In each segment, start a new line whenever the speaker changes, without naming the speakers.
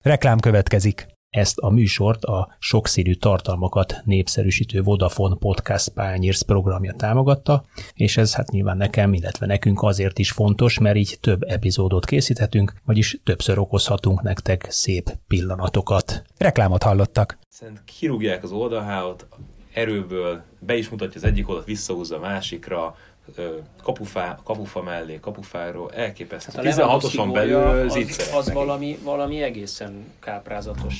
Reklám következik. Ezt a műsort a sokszínű tartalmakat népszerűsítő Vodafone Podcast Pioneers programja támogatta, és ez hát nyilván nekem, illetve nekünk azért is fontos, mert így több epizódot készíthetünk, vagyis többször okozhatunk nektek szép pillanatokat. Reklámot hallottak.
Szerint kirúgják az oldalhálót, erőből be is mutatja az egyik oldalt, visszahúzza a másikra, kapufa mellé, kapufáról, elképesztő.
Hát
16-oson belül
az valami egészen káprázatos.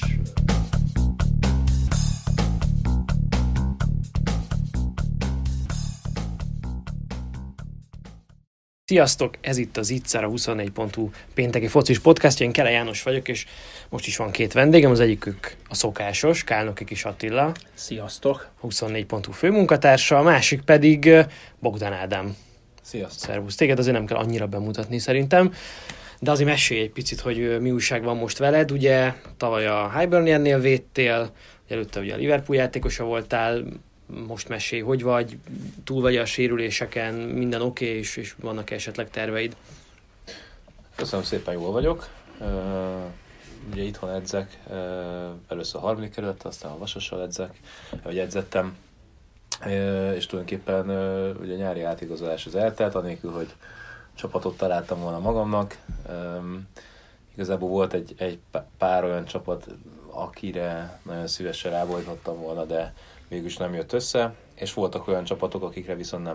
Sziasztok! Ez itt az Ittszer, a 24.hu pénteki focis podcastja. Én Kele János vagyok, és most is van két vendégem. Az egyikük a szokásos, Kálnoki Kis Attila.
Sziasztok!
24.hu főmunkatársa, a másik pedig Bogdan Ádám.
Sziasztok!
Szervusz! Téged azért nem kell annyira bemutatni szerintem, de azért mesélj egy picit, hogy mi újság van most veled. Ugye tavaly a Hiberniannél védtél, előtte ugye a Liverpool játékosa voltál. Most mesélj, hogy vagy, túl vagy a sérüléseken, minden oké, és vannak esetleg terveid?
Köszönöm szépen, jól vagyok. Ugye itthon edzek, először a harmadik kerület, aztán a Vasossal edzek, vagy edzettem, és tulajdonképpen ugye a nyári átigazolás az eltelt, anélkül, hogy csapatot találtam volna magamnak. Igazából volt egy pár olyan csapat, akire nagyon szívesen rábojtottam volna, de végülis nem jött össze, és voltak olyan csapatok, akikre viszont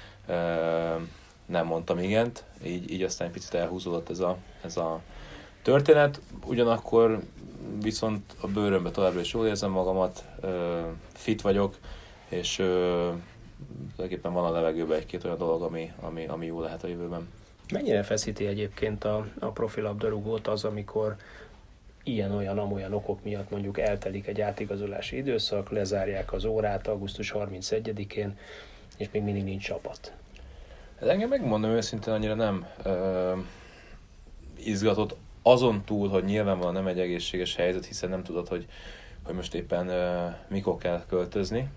nem mondtam igent, így aztán egy picit elhúzódott ez a történet. Ugyanakkor viszont a bőrömbe továbbra is jól érzem magamat, fit vagyok, és tulajdonképpen van a levegőben egy-két olyan dolog, ami jó lehet a jövőben.
Mennyire feszíti egyébként a profilabdarúgót az, amikor ilyen-olyan okok miatt mondjuk eltelik egy átigazolási időszak, lezárják az órát augusztus 31-én, és még mindig nincs csapat?
Ez engem, megmondom őszintén, annyira nem izgatott, azon túl, hogy nyilvánvalóan nem egy egészséges helyzet, hiszen nem tudod, hogy most éppen mikor kell költözni.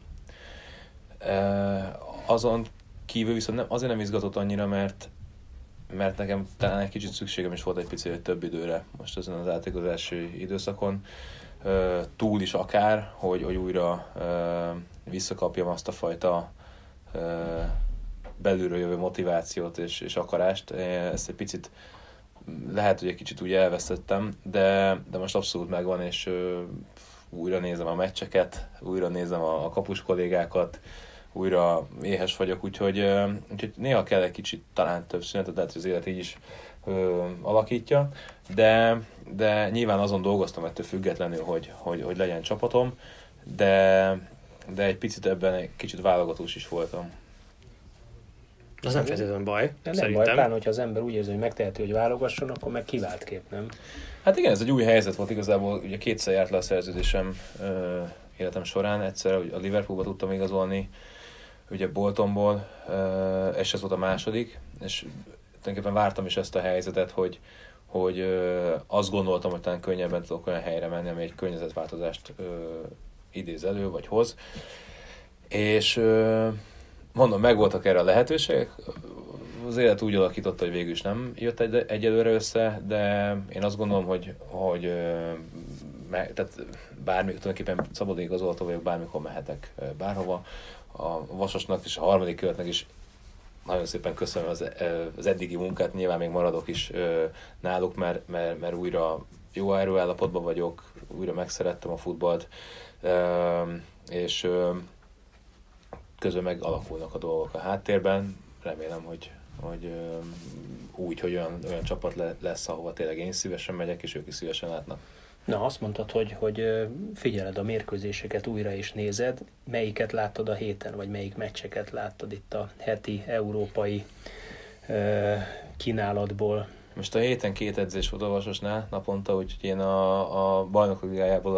Azon kívül viszont azért nem izgatott annyira, mert nekem talán egy kicsit szükségem is volt egy picit több időre most ezen az átigazolási időszakon. Túl is akár, hogy újra visszakapjam azt a fajta belülről jövő motivációt és akarást. Ezt egy picit lehet, hogy egy kicsit úgy elvesztettem, de most abszolút megvan, és újra nézem a meccseket, újra nézem a kapus kollégákat, újra éhes vagyok, úgyhogy néha kell egy kicsit talán több szünetet, tehát az élet így is alakítja, de nyilván azon dolgoztam ettől függetlenül, hogy legyen csapatom, de egy picit ebben egy kicsit válogatós is voltam.
Az nem feltétlenül baj,
nem
szerintem.
baj, pláne, hogyha az ember úgy érzi, hogy megteheti, hogy válogasson, akkor meg kivált kép, nem?
Hát igen, ez egy új helyzet volt igazából, ugye kétszer járt le a szerződésem életem során, egyszer a Liverpoolba tudtam igazolni, ugye Boltonból, és ez volt a második, és tulajdonképpen vártam is ezt a helyzetet, hogy azt gondoltam, hogy talán könnyebben tudok olyan helyre menni, ami egy környezetváltozást idéz elő, vagy hoz. És mondom, megvoltak erre a lehetőségek, az élet úgy alakította, hogy végül is nem jött egyelőre össze, de én azt gondolom, hogy tehát bármikor tulajdonképpen szabadon igazolható vagyok, bármikor mehetek bárhova. A Vasasnak és a harmadik kerületnek is nagyon szépen köszönöm az eddigi munkát, nyilván még maradok is náluk, mert újra jó erőállapotban vagyok, újra megszerettem a futballt, és közben meg alakulnak a dolgok a háttérben. Remélem, hogy úgy, hogy olyan csapat lesz, ahova tényleg én szívesen megyek, és ők is szívesen látnak.
Na, azt mondtad, hogy figyeled a mérkőzéseket újra is nézed. Melyiket láttad a héten, vagy melyik meccseket láttad itt a heti európai kínálatból?
Most a héten 2 edzés volt a Vasasnál naponta, úgyhogy én a bajnokok ligájából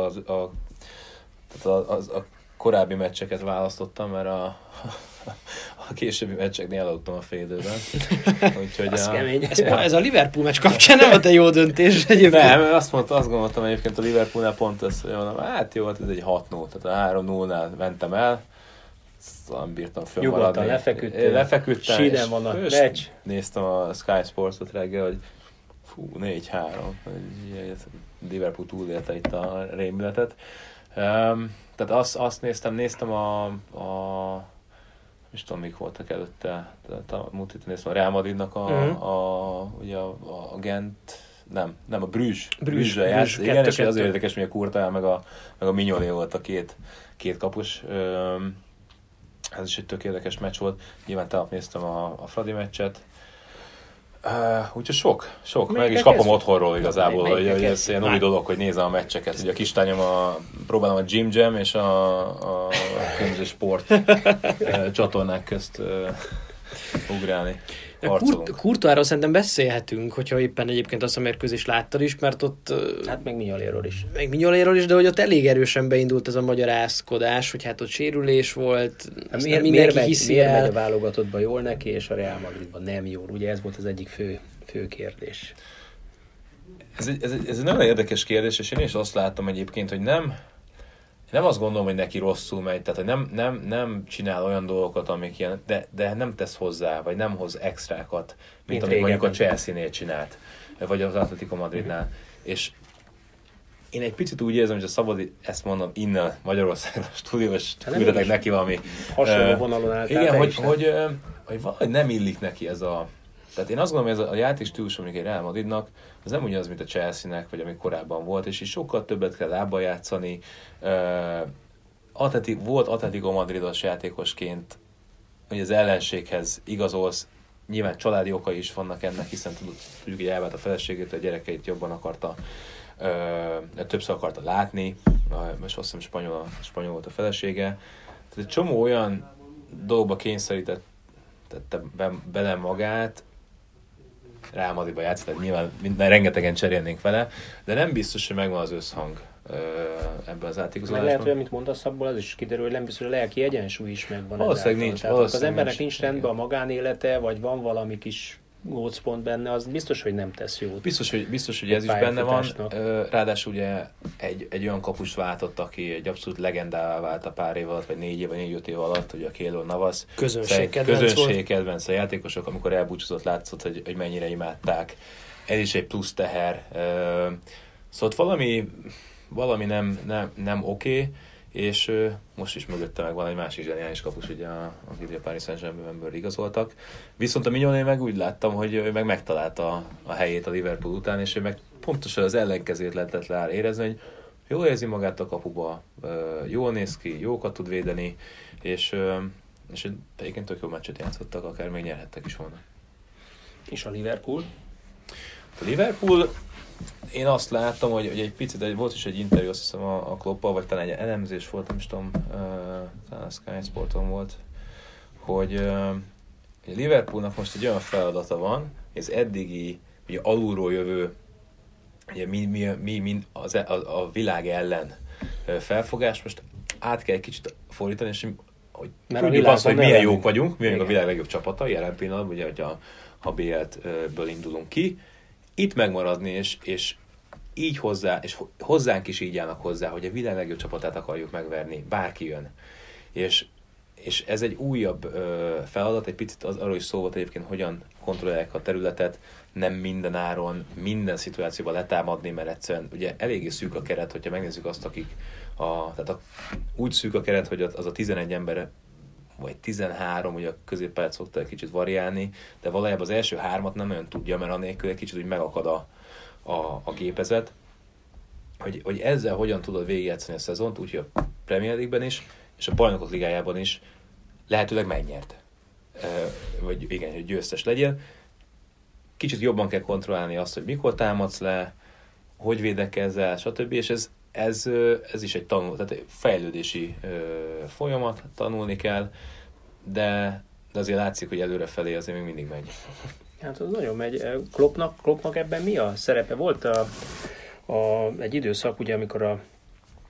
a korábbi meccseket választottam, mert a későbbi meccseknél elaludtam a fél időben. Úgyhogy
kemény. Ez a Liverpool meccs kapcsán nem volt egy jó döntés egyébként.
Nem, azt gondoltam egyébként a Liverpoolnál pont ezt, hogy mondom, hát jó, ez egy 6-0, tehát a 3-0-nál mentem el, nem bírtam fönnmaradni.
Nyugodtan lefeküdtem.
Lefeküdtem,
sínen van a meccs.
Néztem a Sky Sports-ot reggel, hogy 4-3. Liverpool túlélte itt a rémületet. Tehát azt néztem a és tudom, mik voltak előtte. Múlt héten néztem a Real Madridnak ugye a Gent, nem, a Bruges-re játszott. Igen, és azért érdekes, hogy a Courtois meg a Mignolet volt a két kapus. Ez is egy tök érdekes meccs volt. Nyilván tegnap néztem a Fradi meccset. Úgyhogy sok. Meg is kapom otthonról igazából, hogy ez ilyen új dolog, hogy nézem a meccseket. Ugye a kistányom próbálom a Gym Jam és a különböző sport csatornák közt ugrálni.
Courtoisról szerintem beszélhetünk, hogyha éppen egyébként azt a mérkőzést láttad is, mert ott...
Hát meg Mignolétról is.
De hogy ott elég erősen beindult ez a magyarázkodás, hogy hát ott sérülés volt,
miért megy a válogatottba jól neki, és a Real Madridban nem jól. Ugye ez volt az egyik fő kérdés.
Ez egy nagyon érdekes kérdés, és én is azt láttam egyébként, hogy nem azt gondolom, hogy neki rosszul megy, tehát hogy nem csinál olyan dolgokat, amik ilyen, de nem tesz hozzá, vagy nem hoz extrákat, mint amit mondjuk a Chelsea-nél csinált, vagy az Atletico Madridnál. És én egy picit úgy érzem, hogy a szabad ezt mondom innen Magyarországon a stúdióban, és küldetek neki valami
hasonló vonalon álltál.
Igen, hogy valahogy nem illik neki ez a... Tehát én azt gondolom, hogy ez a játék stílus, mondjuk egy Real Madridnak, az nem ugyanaz, mint a Chelsea-nek, vagy ami korábban volt, és is sokkal többet kell lábbal játszani. Volt Atletico Madridos játékosként, hogy az ellenséghez igazolsz, nyilván családi okai is vannak ennek, hiszen tudjuk, hogy elvált a feleségét, a gyerekeit jobban akarta, többször akarta látni, most azt hiszem spanyol volt a felesége. Tehát egy csomó olyan dologba kényszerítette bele magát, Real Madridba játszott, tehát nyilván rengetegen cserélnénk vele, de nem biztos, hogy megvan az összhang ebben az átigazolásban.
Lehet, hogy amit mondasz, abból az is kiderül, hogy nem biztos, hogy a lelki egyensúly is megvan.
Valószínűleg nincs.
Az embernek nincs rendben a magánélete, vagy van valami kis gócpont benne, az biztos, hogy nem tesz jót.
Biztos, hogy ez is benne van. Ráadásul ugye egy olyan kapust váltott, aki egy abszolút legendává vált a pár év alatt, vagy 4-5 év alatt, ugye a Keylor Navas.
Közönség
kedvenc a játékosok, amikor elbúcsúzott, látszott, hogy mennyire imádták. Ez is egy plusz teher. Szóval valami nem oké, és most is mögötte meg van egy másik zseniális kapus, ugye, akit a Paris Saint-Germainből igazoltak. Viszont a Mignolet meg úgy láttam, hogy ő meg megtalálta a helyét a Liverpool után, és ő meg pontosan az ellenkezőt lehetett rá érezni, hogy jól érzi magát a kapuba, jól néz ki, jókat tud védeni, és egyébként tök jó meccset játszottak, akár még nyerhettek is volna.
És a Liverpool?
A Liverpool, én azt láttam, hogy egy picit, volt is egy interjú, azt hiszem a Kloppal, vagy talán egy elemzés volt, nem is tudom, talán a Sky Sporton volt, hogy a Liverpoolnak most egy olyan feladata van, hogy az eddigi ugye alulról jövő ugye a világ ellen felfogás most át kell egy kicsit fordítani, és hogy tudjuk azt, hogy milyen jók vagyunk, mi a világ legjobb csapata jelen pillanatban, ugye, hogy a BL-ből indulunk ki, itt megmaradni, és így hozzánk is így állnak hozzá, hogy a világ legjobb csapatát akarjuk megverni, bárki jön. És ez egy újabb feladat, egy picit arról is szó volt egyébként, hogyan kontrollálják a területet, nem minden áron, minden szituációban letámadni, mert egyszerűen ugye eléggé szűk a keret, hogyha megnézzük azt, úgy szűk a keret, hogy az a 11 ember, vagy 13, ugye a középpályát szokta egy kicsit variálni, de valójában az első 3-at nem olyan tudja, mert anélkül egy kicsit úgy megakad a gépezet, hogy ezzel hogyan tudod végigjátszani a szezont, úgyhogy a Premier League-ben is, és a Bajnokok Ligájában is lehetőleg megnyert. Vagy igen, hogy győztes legyél. Kicsit jobban kell kontrollálni azt, hogy mikor támadsz le, hogy védekezel, stb. És ez is egy tehát fejlődési folyamat, tanulni kell, de azért látszik, hogy előrefelé azért még mindig megy.
Hát az nagyon megy. Kloppnak ebben mi a szerepe? Volt egy időszak, ugye, amikor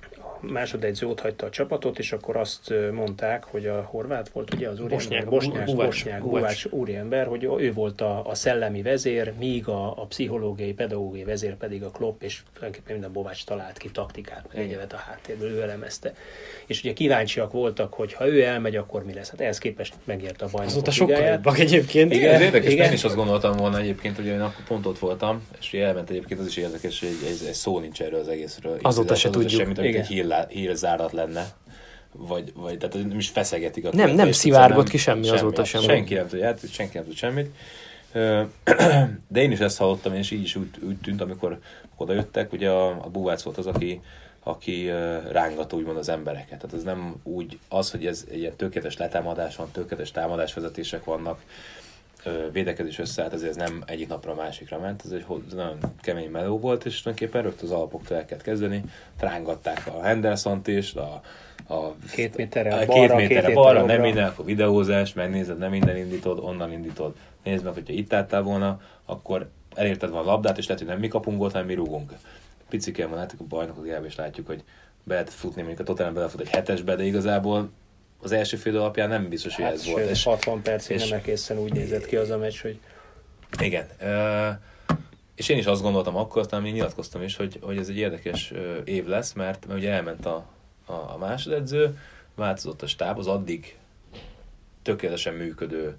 másodedző ott hagyta a csapatot, és akkor azt mondták, hogy a horvát volt, ugye az
Bosnyák
úriember, hogy ő volt a szellemi vezér, míg a pszichológiai, pedagógiai vezér pedig a Klopp, és tulajdonképpen minden Bovács talált ki taktikát, meg egyebet a háttérből, ő elemezte. És ugye kíváncsiak voltak, hogy ha ő elmegy, akkor mi lesz. Hát ehhez képest megérte a bajnokok ligáját.
Egyébként.
Igen, ez érdekes, én is azt gondoltam volna egyébként, hogy én akkor pont ott voltam, és elment egyébként, az is érdekes, hogy egy szó nincs erről az egészről.
Azóta se tudjuk.
Semmit, amit egy hírzárat lenne. Vagy tehát nem is feszegetik.
Nem szivárgott ki semmi azóta sem.
Senki nem tud semmit. De én is ezt hallottam, és így is úgy tűnt, amikor oda jöttek, ugye a Buvác volt az, aki rángatta úgymond az embereket. Tehát ez nem úgy az, hogy ez egy ilyen tökéletes letámadás van, tökéletes támadásvezetések vannak, védekezés összeállt, ezért ez nem egyik napra a másikra ment, ez egy nagyon kemény meló volt, és tulajdonképpen rögtön az alapoktól el kellett kezdeni, rángatták a Hendersont is, a
2 méterre
balra, nem minden, akkor videózás, megnézed, nem minden indítod, onnan indítod. Nézd meg, hogyha itt álltál volna, akkor elérted volna a labdát, és lehet, hogy nem mi kapunk gólt, hanem mi rúgunk. Picikén van, hát a bajnokok ligában is látjuk, hogy be lehet futni, mondjuk a Tottenham belefut egy 7-esbe, de igazából az első fél alapján nem biztos, hogy ez volt.
És 60 percig nem egészen úgy nézett ki az a meccs, hogy...
Igen. És én is azt gondoltam akkor, aztán én nyilatkoztam is, hogy ez egy érdekes év lesz, mert ugye elment a másodedző, változott a stáb, az addig tökéletesen működő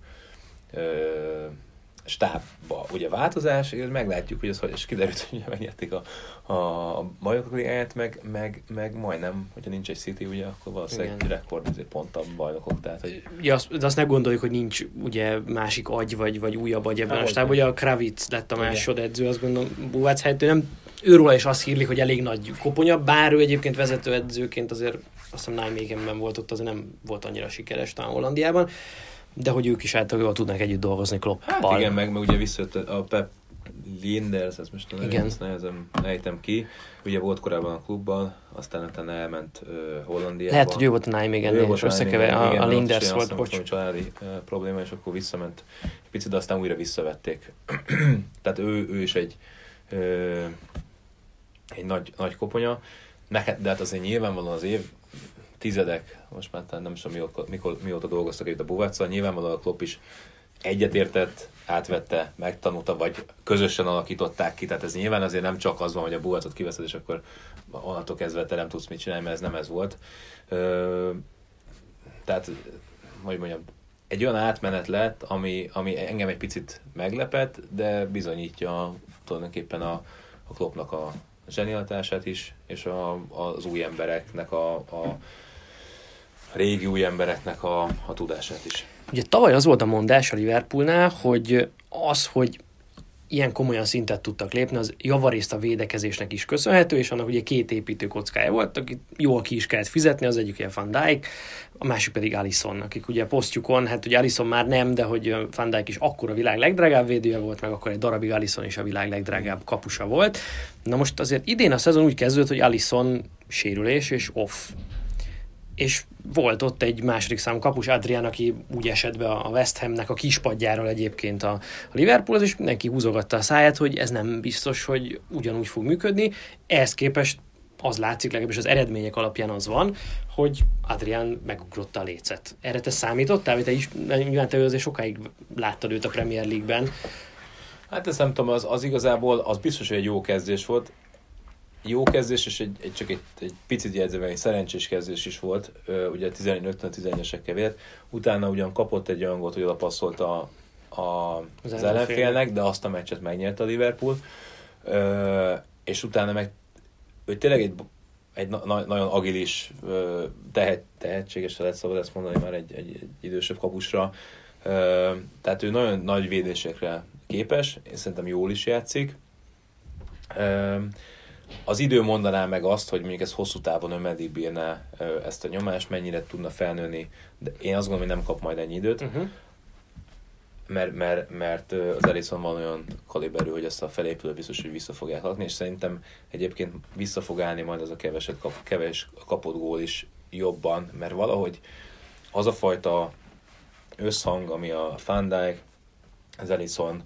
stábba ugye változás, és meglátjuk, hogy ez hogy, és kiderült, hogy megnyerték a bajnokok ligáját, meg majdnem, hogyha nincs egy City, ugye, akkor valószínűleg rekord pont a bajnokok, tehát, hogy...
Ja, de azt ne gondoljuk, hogy nincs ugye másik agy, vagy újabb agy ebben a stábban, ugye a Kravic lett a másodedző, azt gondolom, Buvác helyett, nem őróla is azt hírlik, hogy elég nagy koponya, bár ő egyébként vezetőedzőként azért azt hiszem Nijmegenben volt ott, azért nem volt annyira sikeres talán Hollandiában, de hogy ők is általában jól tudnak együtt dolgozni Kloppal.
Hát igen, meg ugye visszajött a Pep Linders, ezt most ezt nehezen ejtem ki, ugye volt korábban a klubban, aztán utána elment Hollandiába.
Lehet, hogy ő volt a Nijmegennél, és összekever, a Linders volt,
bocs. Családi probléma, és akkor visszament egy picit, de aztán újra visszavették. Tehát ő is egy nagy koponya, de hát azért nyilvánvalóan az év tizedek, most már nem is tudom mióta dolgoztak itt a Buváccal, nyilvánvalóan a Klopp is egyetértett, átvette, megtanulta, vagy közösen alakították ki, tehát ez nyilván azért nem csak az van, hogy a Buvácot kiveszed, és akkor onnantól kezdve te nem tudsz mit csinálni, mert ez nem ez volt. Tehát, hogy mondjam, egy olyan átmenet lett, ami engem egy picit meglepett, de bizonyítja tulajdonképpen a Kloppnak a zsenialitását is, és az új embereknek, a régi új embereknek a tudását is.
Ugye tavaly az volt a mondás a Liverpoolnál, hogy ilyen komolyan szintet tudtak lépni, az javarészt a védekezésnek is köszönhető, és annak ugye 2 építőkockája volt, akit jól ki is kellett fizetni, az egyik ilyen Van Dijk, a másik pedig Alisson, akik ugye posztjukon, hát ugye Alisson már nem, de hogy Van Dijk is akkor a világ legdrágább védője volt, meg akkor egy darabig Alisson is a világ legdrágább kapusa volt. Na most azért idén a szezon úgy kezdődött, hogy Alisson sérülés és off. És volt ott egy második számú kapus, Adrián, aki úgy esett be a West Hamnek a kispadjáról egyébként a Liverpool, és mindenki húzogatta a száját, hogy ez nem biztos, hogy ugyanúgy fog működni. Ehhez képest az látszik, legalábbis az eredmények alapján az van, hogy Adrián megugrotta a lécet. Erre te számítottál? Te is, nyilván te azért sokáig láttad őt a Premier League-ben.
Hát ezt nem tudom, az igazából, az biztos, hogy egy jó kezdés volt. Jó kezdés, és csak egy picit jegyzem, egy szerencsés kezdés is volt, ugye 15-11-esekkel vélt. Utána ugyan kapott egy olyan gólt, hogy oda passzolt az ellenfélnek, de azt a meccset megnyerte a Liverpool. És utána meg ő tényleg egy nagyon agilis, tehetséges, lehet szabad ezt mondani már egy idősebb kapusra. Tehát ő nagyon nagy védésekre képes, én szerintem jól is játszik. Az idő mondaná meg azt, hogy mondjuk ez hosszú távon ő meddig bírná ezt a nyomást, mennyire tudna felnőni, de én azt gondolom, hogy nem kap majd ennyi időt, mert az Alisson van olyan kaliberű, hogy ezt a felépülő biztos, hogy vissza fogják lakni, és szerintem egyébként vissza fog állni majd az a kevés kapott gól is jobban, mert valahogy az a fajta összhang, ami a Van Dijk, az Alisson,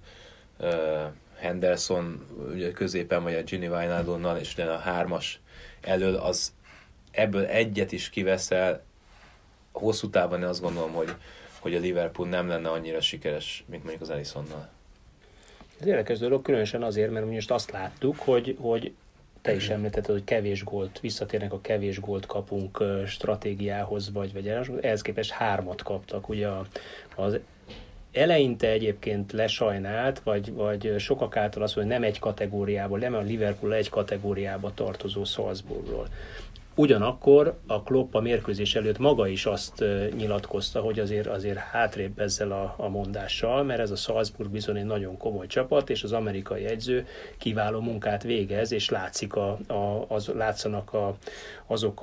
Henderson ugye középen, vagy a Gini Wijnaldumnal, és utána a 3-as elől, ebből egyet is kiveszel, hosszú távon azt gondolom, hogy a Liverpool nem lenne annyira sikeres, mint mondjuk az Alissonnal.
Ez érdekes dolog, különösen azért, mert most azt láttuk, hogy te is említetted, hogy kevés gólt, visszatérnek a kevés gólt kapunk stratégiához, vagy ehhez képest 3 kaptak. Ugye az eleinte egyébként lesajnált, vagy sokak által azt mondja, hogy nem egy kategóriából, nem a Liverpool egy kategóriába tartozó Salzburgról. Ugyanakkor a Klopp a mérkőzés előtt maga is azt nyilatkozta, hogy azért hátrébb ezzel a mondással, mert ez a Salzburg bizony egy nagyon komoly csapat, és az amerikai edző kiváló munkát végez, és látszanak azok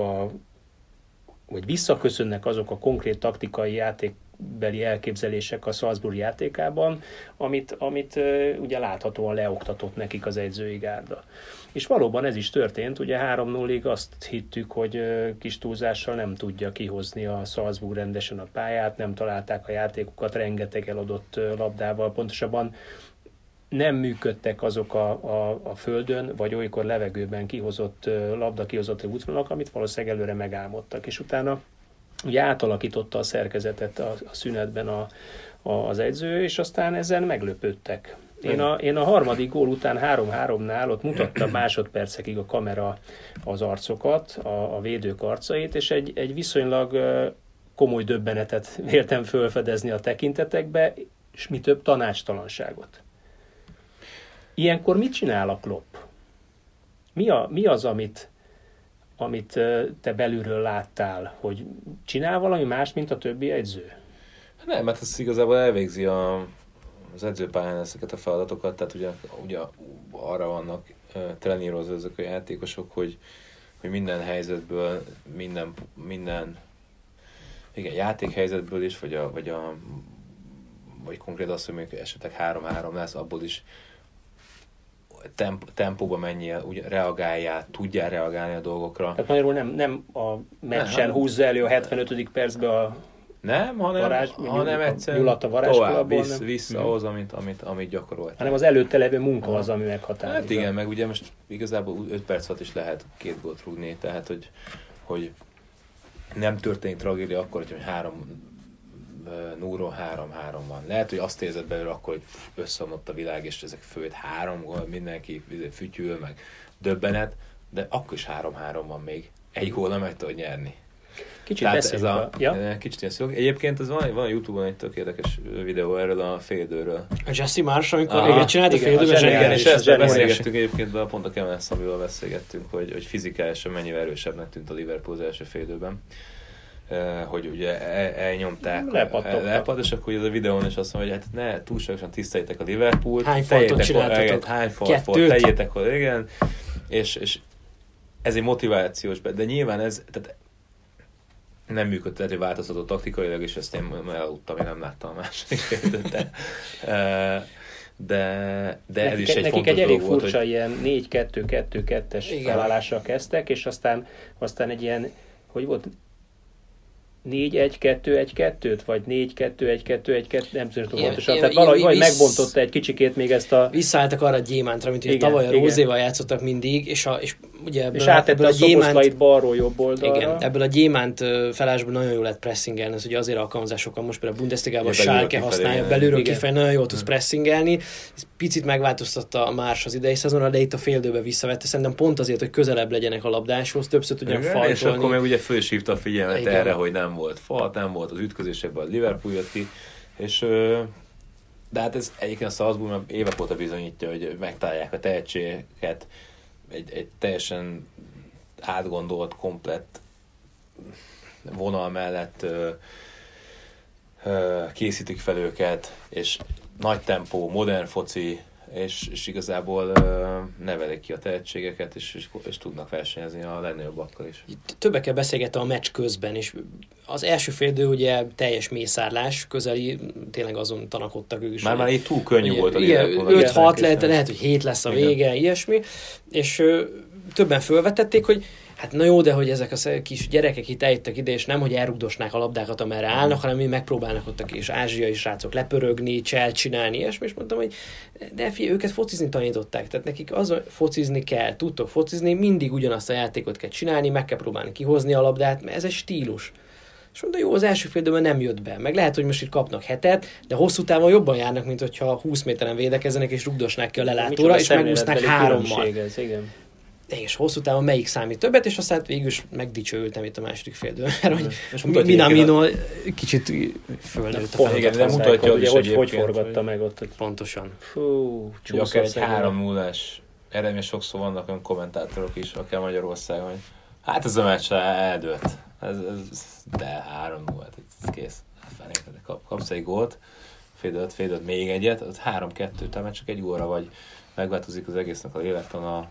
vagy visszaköszönnek azok a konkrét taktikai játékbeli elképzelések a Salzburg játékában, amit ugye láthatóan leoktatott nekik az edzői gárda. És valóban ez is történt, ugye 3-0-ig azt hittük, hogy kis túlzással nem tudja kihozni a Salzburg rendesen a pályát, nem találták a játékokat, rengeteg eladott labdával, pontosabban nem működtek azok a földön, vagy olykor levegőben kihozott útvonalak, amit valószínűleg előre megálmodtak, és utána ugye átalakította a szerkezetet a szünetben az edző, és aztán ezen meglepődtek. Én a harmadik gól után 3-3-nál ott mutatta másodpercekig a kamera az arcokat, a védők arcait, és egy viszonylag komoly döbbenetet véltem felfedezni a tekintetekbe, és mi több tanácstalanságot. Ilyenkor mit csinál a Klopp? Mi az, amit te belülről láttál, hogy csinál valami más, mint a többi edző?
Nem, mert ez igazából elvégzi az edzőpályán ezeket a feladatokat, tehát ugye arra vannak trenírozva ezek a játékosok, hogy minden helyzetből, minden játékhelyzetből is, vagy konkrét az, hogy mondjuk esetleg 3-3 lesz, abból is tempóba menjél, reagáljál, tudjál reagálni a dolgokra.
Tehát magyarul nem a meccsen húzza elő a 75. percben a
nem, hanem egyszerűen tovább vissza ahhoz, amit gyakorolt.
Hanem az előtte levő munka az, ami meghatározza.
Hát igen, meg ugye most igazából 5 perc alatt is lehet 2 gólt rúgni, tehát hogy nem történik tragédia akkor, hogy 3-0-ról 3-3 van. Lehet, hogy azt érzed belőle akkor, hogy összeomlott a világ, és ezek főtt 3 gól, mindenki fütyül, meg döbbenet, de akkor is 3-3 van még. 1 góllal meg tudod nyerni.
Kicsit beszélünk.
Kicsit ilyen szó. Egyébként van a YouTube-on egy tök érdekes videó erről a félidőről.
A Jesse Marsh, amikor csinált a félidőben
zseniális. És ezt beszélgettünk egyébként, pont a Kemel Szabival beszélgettünk, hogy fizikálisan mennyivel erősebbnek tűnt a Liverpool az első félidőben. Hogy ugye elnyomták, lepadt, és akkor ez a videón is azt mondja, hogy hát ne túlságosan tiszteljétek a Liverpoolt.
Hány faltot csináltatok?
Hány faltot tegyétek hozzá, igen. És ez egy motivációs, de nyilván ez, tehát nem működött, lehet, hogy változtatott taktikailag, és ezt én elaludtam, én nem láttam a második félidőt, de ez is egy fontos dolog volt.
Nekik egy elég furcsa ilyen 4-2-2-2-es felállással kezdtek, és aztán egy ilyen, hogy volt, 4-1-2-1-2-t, vagy 4-2-1-2-1-2, nem tudom pontosan. Tehát valahogy megbontotta egy kicsikét még ezt a...
Visszaálltak arra a gyémántra, mint ugye tavaly a Rózéval játszottak mindig, és ugye
és átette a Szoboszlait balról jobb oldalra.
Igen, ebből a gyémánt felállásból nagyon jól lehet pressingelni, ez ugye azért alkalmazásokkal most például a Bundesligában a Schalke használja, belülről kifelé nagyon jól tudsz pressingelni. Ez picit megváltoztatta a Mars az idei szezonra, de itt a féldőbe visszavette. Szerintem pont azért, hogy közelebb legyenek a labdáshoz, többször tudják fajtolni.
És akkor meg ugye föl is hívta a figyelmet erre, hogy nem volt fal, nem volt az ütközésekben, a Liverpool jött ki, és de hát ez egyébként a Salzburg évek óta bizonyítja, hogy megtalálják a tehetségeket, egy teljesen átgondolt, komplett vonal mellett készítik fel őket, és nagy tempó, modern foci, és igazából nevelik ki a tehetségeket, és tudnak versenyezni a legnagyobbakkal is.
Többekkel beszélgettem a meccs közben, és az első félidő ugye teljes mészárlás közeli, tényleg azon tanakodtak ők is.
Már így túl könnyű volt a
Liverpool. 5-6 lehet hogy 7 lesz a vége, ilyesmi, és többen felvetették, hogy hát na jó, de hogy ezek a kis gyerekek itt eljöttek ide, és nem, hogy elrugdosnák a labdákat, amerre állnak, hanem mi megpróbálnak ott a kis ázsiai srácok lepörögni, cselt csinálni, és mondtam, hogy de figyelj, őket focizni tanították, tehát nekik focizni kell, tudtok focizni, mindig ugyanazt a játékot kell csinálni, meg kell próbálni kihozni a labdát, mert ez egy stílus. És mondta, jó, az első fél időben nem jött be. Meg lehet, hogy most itt kapnak hetet, de hosszú távon jobban járnak, mint hogyha 20 méteren védekezzenek, és rugdosnák ki a lelátóra, és megúsznak 3-mal.
Igen.
És hosszú távon melyik számít többet, és aztán végül is megdicsőültem itt a második fél időben, mert hogy Minamino kicsit fölnőtt a
fel. Igen, de mutatja az is
hogy forgatta meg ott.
Pontosan.
Fú, akár egy 3-0-ás eredmény, sokszor vannak olyan kommentátorok is, akár Magyarországon, hogy hát ez a meccs eldőlt. De 3-0, ez kész. Kapsz egy gólt, fél időt még egyet, 3-2, tehát csak egy óra vagy, megváltozik az egésznek a lélektana,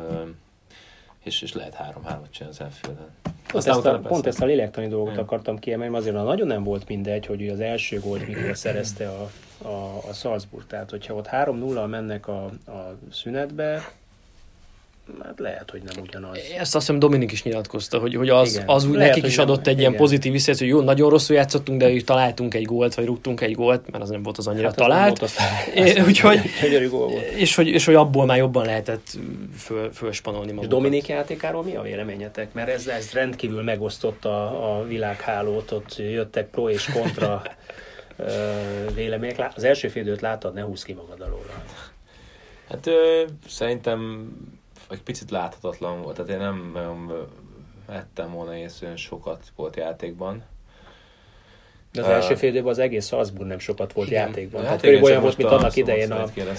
és lehet 3-3-at csinálni az Anfielden.
Pont ezt a lélektani dolgot akartam kiemelni, azért nagyon nem volt mindegy, hogy az első gólt mikor szerezte a Salzburg. Tehát, hogyha ott 3-0-al mennek a szünetbe, hát lehet, hogy nem ugyanaz.
Ezt azt hiszem Dominik is nyilatkozta, hogy az úgy
lehet,
nekik is adott egy ilyen pozitív visszajelzést, hogy jó, nagyon rosszul játszottunk, de találtunk egy gólt, vagy rúgtunk egy gólt, mert az nem volt az annyira talált. Úgyhogy, és hogy abból már jobban lehetett fölspanolni magukat.
És Dominik játékáról mi a véleményetek? Mert ez rendkívül megosztotta a világhálót, ott jöttek pro és kontra vélemények. Az első fél időt láttad, ne húzz ki magad alóra.
Hát szerintem egy picit láthatatlan volt, tehát én nem vettem volna észre, hogy sokat volt játékban.
De az első fél időben az egész Salzburg nem sokat volt játékban. Hát körülbelül olyan volt, mint annak idején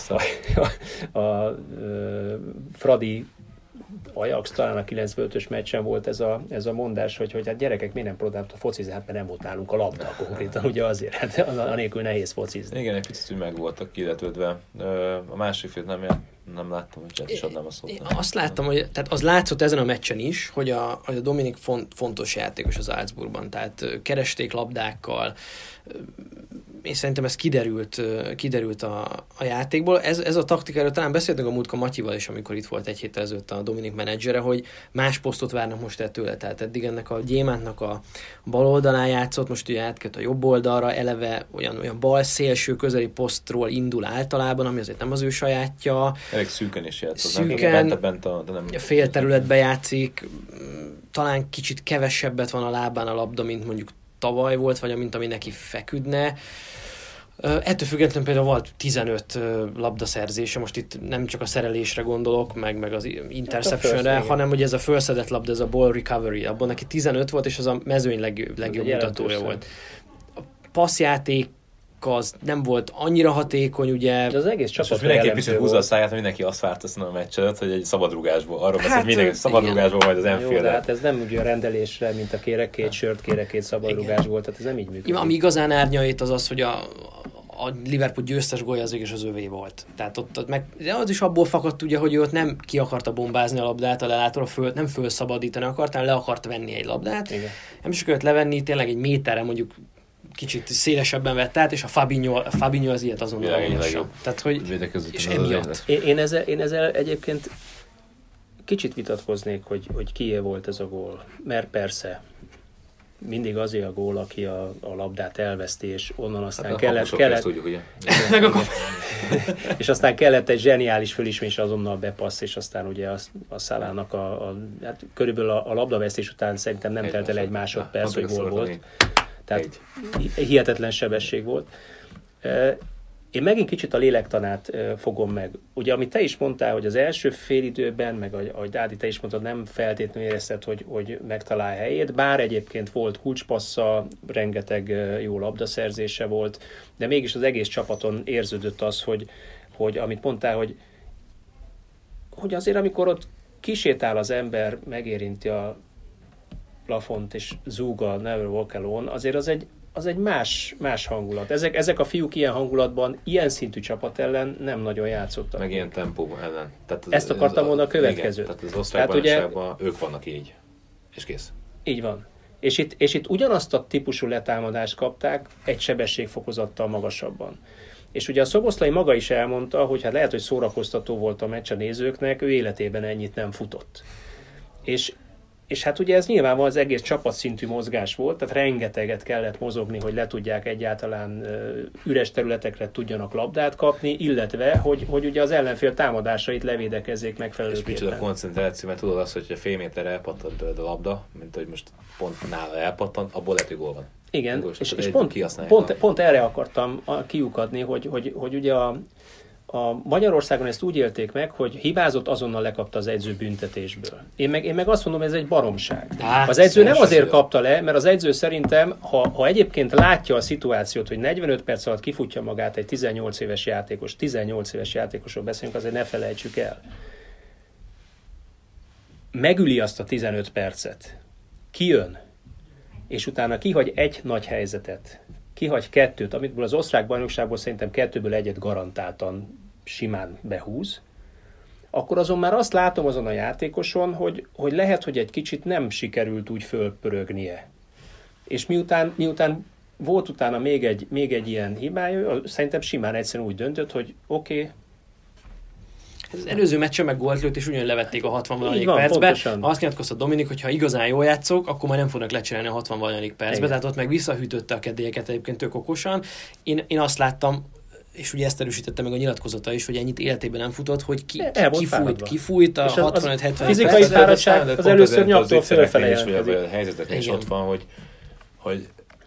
a Fradi Ajax, talán a 95-ös meccsen volt ez a mondás, hogy hát gyerekek, miért nem próbáltuk focizni, hát mert nem volt nálunk a labda konkrétan, ugye azért, hát anélkül nehéz focizni.
Igen, egy picit meg voltak kiletődve. A másik fél nem láttam, hogy is adnám a szót.
Azt láttam, hogy tehát az látszott ezen a meccsen is, hogy a Dominik fontos játékos az Salzburgban, tehát keresték labdákkal, és szerintem ez kiderült a játékból. Ez a taktikáról talán beszéltünk a múltkor Matyival is, amikor itt volt egy héttel ezelőtt a Dominik menedzsere, hogy más posztot várnak most tőle. Tehát eddig ennek a Gyémántnak a bal oldalán játszott, most ugye átkerült a jobb oldalra, eleve olyan bal szélső közeli posztról indul általában, ami azért nem az ő sajátja.
Elég szűken is játszott. Szűken, de nem
fél területbe játszik, talán kicsit kevesebbet van a lábán a labda, mint mondjuk tavaly volt, vagy mint ami neki feküdne. Ettől függetlenül például volt 15 labdaszerzése, most itt nem csak a szerelésre gondolok, meg az interceptionre, hanem hogy ez a felszedett labda, ez a ball recovery, abban neki 15 volt, és az a mezőny legjobb mutatója volt. A passzjáték az nem volt annyira hatékony, ugye.
De az egész csapat
és mindenki picit húzza a száját, mindenki azt várt a meccset, hogy egy szabadrugásból, arról beszél, hogy mindenki szabadrugásból majd az Anfield.
Hát ez nem ugye a rendelésre, mint a kérek két sört, kérek két szabadrugásból, tehát ez nem így működik.
Ami igazán árnyait az, hogy a Liverpool győztes gólja az is az övé volt. Tehát ott de az is abból fakadt ugye, hogy ő ott nem ki akarta bombázni a labdát a lelátóra, nem fölszabadítani akart, hanem le akart venni egy labdát. Igen. Nem is akart levenni, tényleg egy méterre mondjuk kicsit szélesebben vett át, és a Fabinho az ilyet azonnal
legjobb.
Tehát, hogy és emiatt.
Én ezzel egyébként kicsit vitatkoznék, hogy kié volt ez a gól. Mert persze, mindig azért a gól, aki a labdát elveszti, és onnan aztán kellett
tudjuk, ugye?
És aztán kellett egy zseniális fölismerés, azonnal bepassz, és aztán ugye a Salának hát körülbelül a labdavesztés után szerintem nem telt el egy másodperc, hogy gól volt. Tehát hihetetlen sebesség volt. Én megint kicsit a lélektanát fogom meg. Ugye, amit te is mondtál, hogy az első félidőben, meg ahogy Dádi, te is mondtad, nem feltétlenül érezted, hogy megtalál helyét, bár egyébként volt kulcspassza, rengeteg jó labdaszerzése volt, de mégis az egész csapaton érződött az, hogy amit mondtál, hogy azért amikor ott kisétál az ember, megérinti a plafont és zúg a Never Walk Alone, azért az egy más hangulat. Ezek a fiúk ilyen hangulatban, ilyen szintű csapat ellen nem nagyon játszottak.
Meg ilyen tempó ellen. Tehát
ezt akartam volna a következőt.
Igen, tehát az osztrák ők vannak így. És kész.
Így van. És itt ugyanazt a típusú letámadást kapták egy sebességfokozattal magasabban. És ugye a Szoboszlai maga is elmondta, hogy hát lehet, hogy szórakoztató volt a meccs a nézőknek, ő életében ennyit nem futott. És hát ugye ez nyilván az egész csapatszintű mozgás volt, tehát rengeteget kellett mozogni, hogy le tudják egyáltalán üres területekre tudjanak labdát kapni, illetve, hogy ugye az ellenfél támadásait levédekezzék megfelelőképpen.
És micsoda koncentráció, mert tudod azt, hogy a fél méterre elpattant a labda, mint hogy most pont nála elpattant, abból lehet, hogy gól van.
Igen, és pont erre akartam kiukadni, hogy ugye a Magyarországon ezt úgy élték meg, hogy hibázott, azonnal lekapta az edző büntetésből. Én meg azt mondom, ez egy baromság. Az edző nem azért kapta le, mert az edző szerintem, ha egyébként látja a szituációt, hogy 45 perc alatt kifutja magát egy 18 éves játékosról beszélünk, azért ne felejtsük el. Megüli azt a 15 percet, kijön, és utána kihagy egy nagy helyzetet, kihagy kettőt, amitből az osztrák bajnokságból szerintem 2-ből 1 garantáltan simán behúz, akkor azon már azt látom azon a játékoson, hogy lehet, hogy egy kicsit nem sikerült úgy fölpörögnie. És miután volt utána még egy ilyen hibája, szerintem simán egyszerűen úgy döntött, hogy oké.
Az előző meccsen meg gólt lőtt, és ugyan levették a 60-valadik percbe. Pontosan. Azt nyilatkozta Dominik, hogy ha igazán jól játszok, akkor már nem fognak lecserélni a 60-valadik percbe. Igen. Tehát ott meg visszahűtötte a kedélyeket egyébként tök okosan. Én azt láttam, és ugye ezt erősítette meg a nyilatkozata is, hogy ennyit életében nem futott, hogy kifújt a 65-70
fizikai fáradtság az először nyaktor fölfele jelentkezik.
A helyzeteknél is ott van, hogy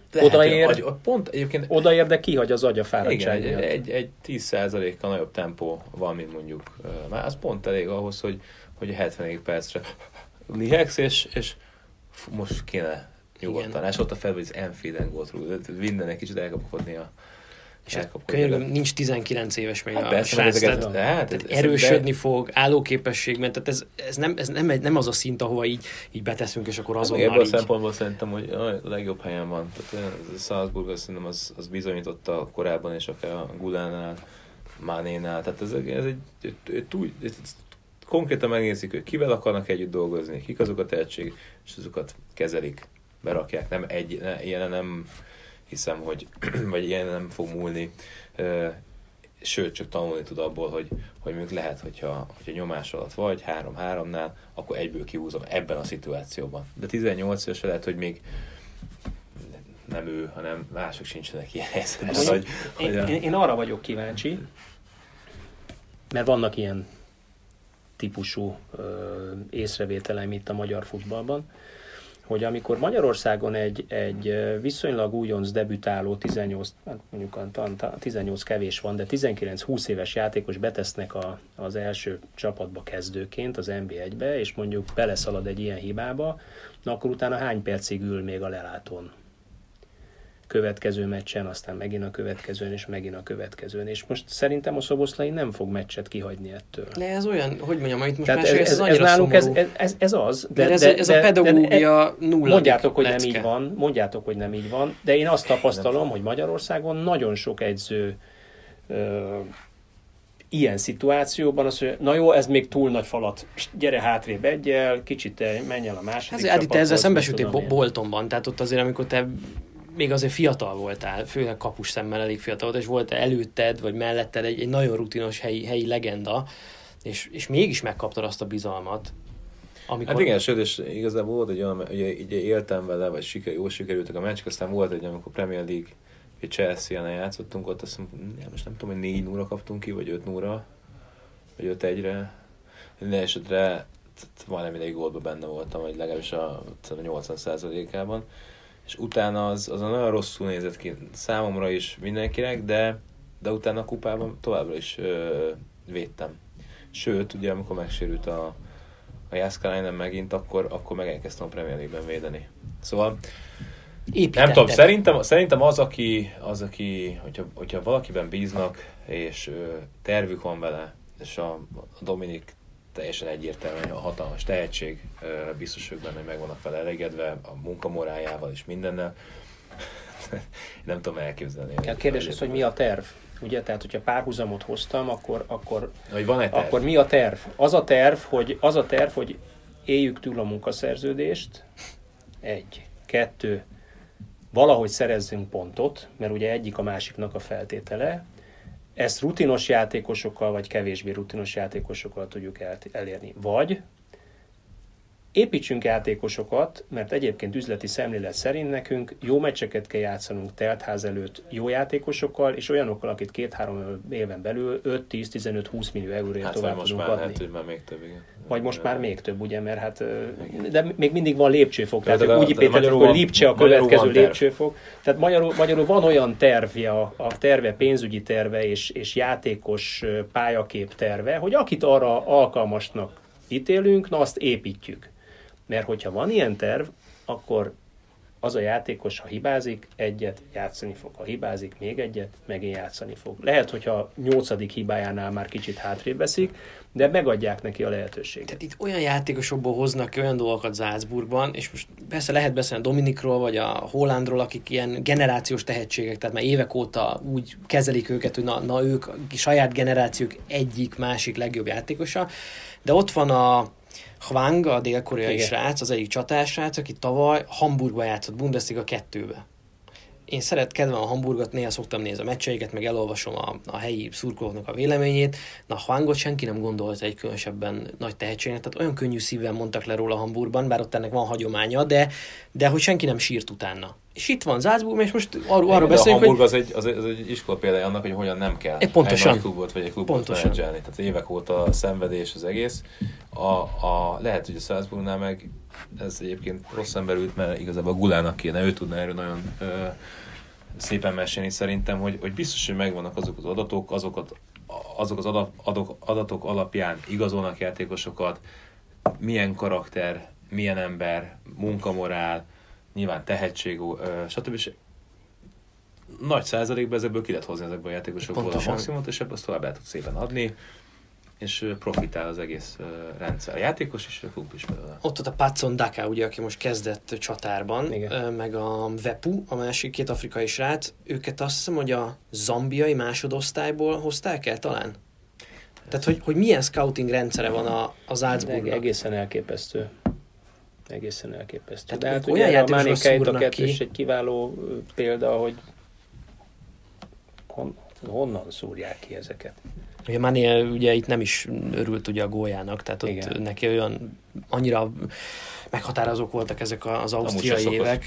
odaér, de kihagy az agy a fáradtság.
Igen, egy 10%-kal nagyobb tempó van, mint mondjuk. Már az pont elég ahhoz, hogy a 70. percre lihegsz, és most kéne nyugodtan. És ott a fel, hogy az Enfielden volt rúg, minden egy kicsit elkapkodni a...
És könyörgöm, nincs 19 éves még a srác, tehát erősödni fog, állóképességben, tehát ez nem az a szint, ahova így beteszünk, és akkor azonnal
ebből a szempontból szerintem, hogy a legjobb helyen van. Tehát a Salzburg szerintem az bizonyította korábban, és akár a Gulánál, Manénál, tehát ez konkrétan megnézik, hogy kivel akarnak együtt dolgozni, kik azok a tehetség, és azokat kezelik, berakják. Ilyen nem hiszem, vagy ilyen nem fog múlni, sőt, csak tanulni tud abból, hogy mondjuk lehet, hogyha nyomás alatt vagy, 3-3-nál, akkor egyből kihúzom ebben a szituációban. De 18 éves lehet, hogy még nem ő, hanem mások sincsenek ilyen helyzetben.
Én arra vagyok kíváncsi, mert vannak ilyen típusú észrevételeim itt a magyar futballban, hogy amikor Magyarországon egy viszonylag újonc debütáló 18 kevés van, de 19-20 éves játékos betesznek az első csapatba kezdőként, az NB1-be, és mondjuk beleszalad egy ilyen hibába, na akkor utána hány percig ül még a lelátón? Következő meccsen, aztán megint a következőn, és megint a következőn. És most szerintem a Szoboszlai nem fog meccset kihagyni ettől.
De ez olyan, hogy mondjam, amit most
mesélj, ez annyira
nálunk
ez az.
De ez a pedagógia nulla.
Mondjátok, hogy nem így van, de én azt tapasztalom, hogy Magyarországon nagyon sok edző ilyen szituációban az, hogy na jó, ez még túl nagy falat, gyere hátrébb egyel, kicsit menj el a második csapathoz.
Te ezzel szembesültél Boltonban, tehát ott azért, amikor te még azért fiatal voltál, főleg kapus szemmel elég fiatal volt, és volt előtted, vagy melletted egy nagyon rutinos helyi legenda, és mégis megkaptad azt a bizalmat.
Amikor... Hát igen, sőt, és igazából volt egy olyan, ugye éltem vele, vagy jól sikerültek a meccsek, aztán volt egy, amikor Premier League, egy Chelsea-nál játszottunk, ott azt mondom, most nem tudom, hogy 4-0 kaptunk ki, vagy 5-0-ra, vagy 5-1-re. Minden esetre majdnem mindegy gólban benne voltam, vagy legalábbis a 80%-ában. És utána az nagyon rosszul nézett ki számomra is mindenkinek, de utána a kupában továbbra is védtem. Sőt, ugye amikor megsérült a Jääskeläinen megint, akkor meg elkezdtem a Premier League-ben védeni. Szóval nem tudom, szerintem az, aki hogyha valakiben bíznak, és tervük van vele, és a Dominik teljesen egyértelműen a hatalmas tehetség, biztos ők benne, hogy meg vannak vele elégedve, a munkamorájával és mindennel. Nem tudom elképzelni.
A kérdés az, hogy mi a terv. Ugye, tehát, hogyha párhuzamot hoztam, akkor
mi
a terv? Az a terv, hogy éljük túl a munkaszerződést, 1. 2. Valahogy szerezzünk pontot, mert ugye egyik a másiknak a feltétele. ezt rutinos játékosokkal, vagy kevésbé rutinos játékosokkal tudjuk elérni. Vagy építsünk játékosokat, mert egyébként üzleti szemlélet szerint nekünk jó meccseket kell játszanunk teltház előtt jó játékosokkal, és olyanokkal, akit 2-3 éven belül 5-10-15-20 millió euróért tovább tudunk adni.
Lehet, hogy már még több, igen.
Vagy most már még több, ugye, mert hát, de még mindig van lépcsőfok, tehát úgy építettük, hogy Lipcse a következő lépcsőfok. Tehát magyarul van olyan tervje, a terve, pénzügyi terve és játékos pályakép terve, hogy akit arra alkalmasnak ítélünk, na azt építjük. Mert hogyha van ilyen terv, akkor az a játékos, ha hibázik, egyet játszani fog. Ha hibázik, még egyet, megint játszani fog. Lehet, hogyha 8. hibájánál már kicsit hátrébb veszik, de megadják neki a lehetőséget.
Tehát itt olyan játékosokból hoznak ki olyan dolgokat Salzburgban, és most persze lehet beszélni Dominikról, vagy a Haalandról, akik ilyen generációs tehetségek, tehát már évek óta úgy kezelik őket, hogy na ők saját generációk egyik, másik legjobb játékosa, de ott van a Hwang, a dél-koreai srác, az egyik csatársrác, aki tavaly Hamburgba játszott Bundesliga 2-be. Én kedvem a Hamburgot, néha szoktam nézni a meccseiket, meg elolvasom a helyi szurkolóknak a véleményét. Na, Hwangot senki nem gondolta egy különösebben nagy tehetségnek, tehát olyan könnyű szívvel mondtak le róla Hamburgban, bár ott ennek van hagyománya, de hogy senki nem sírt utána. És itt van Salzburg, és most arról beszélünk,
hogy... A Hamburg az egy iskola példája annak, hogy hogyan nem kell egy nagy klubot vagy egy klubot menedzselni. Tehát évek óta szenvedés az egész. Lehet, hogy a Salzburgnál meg ez egyébként rossz ember ült, mert igazából a Gulának kéne, ő tudna erről nagyon szépen mesélni szerintem, hogy biztos, hogy megvannak azok az adatok, azok az adatok alapján igazolnak játékosokat, milyen karakter, milyen ember, munkamorál, nyilván tehetség, stb. Nagy százalékban ezekből ki lehet hozni ezekből a játékosokból a maximumot, és ebből azt tovább el tud szépen adni, és profitál az egész rendszer. A játékos is, a klub is belőle.
Ott a Patson Daka, ugye, aki most kezdett csatárban, meg a Vepu, a másik 2 afrikai srác, őket azt hiszem, hogy a zambiai másodosztályból hozták el talán? Tehát, hogy milyen scouting rendszere van a Salzburgnak?
Egészen elképesztő. Egészen elképesztő.
Tehát hát olyan játékosra szúrnak ki.
Egy kiváló példa, hogy honnan szúrják ki ezeket.
Ugye Mané ugye itt nem is örült ugye a góljának, tehát ott neki olyan annyira meghatározók voltak ezek az ausztriai évek.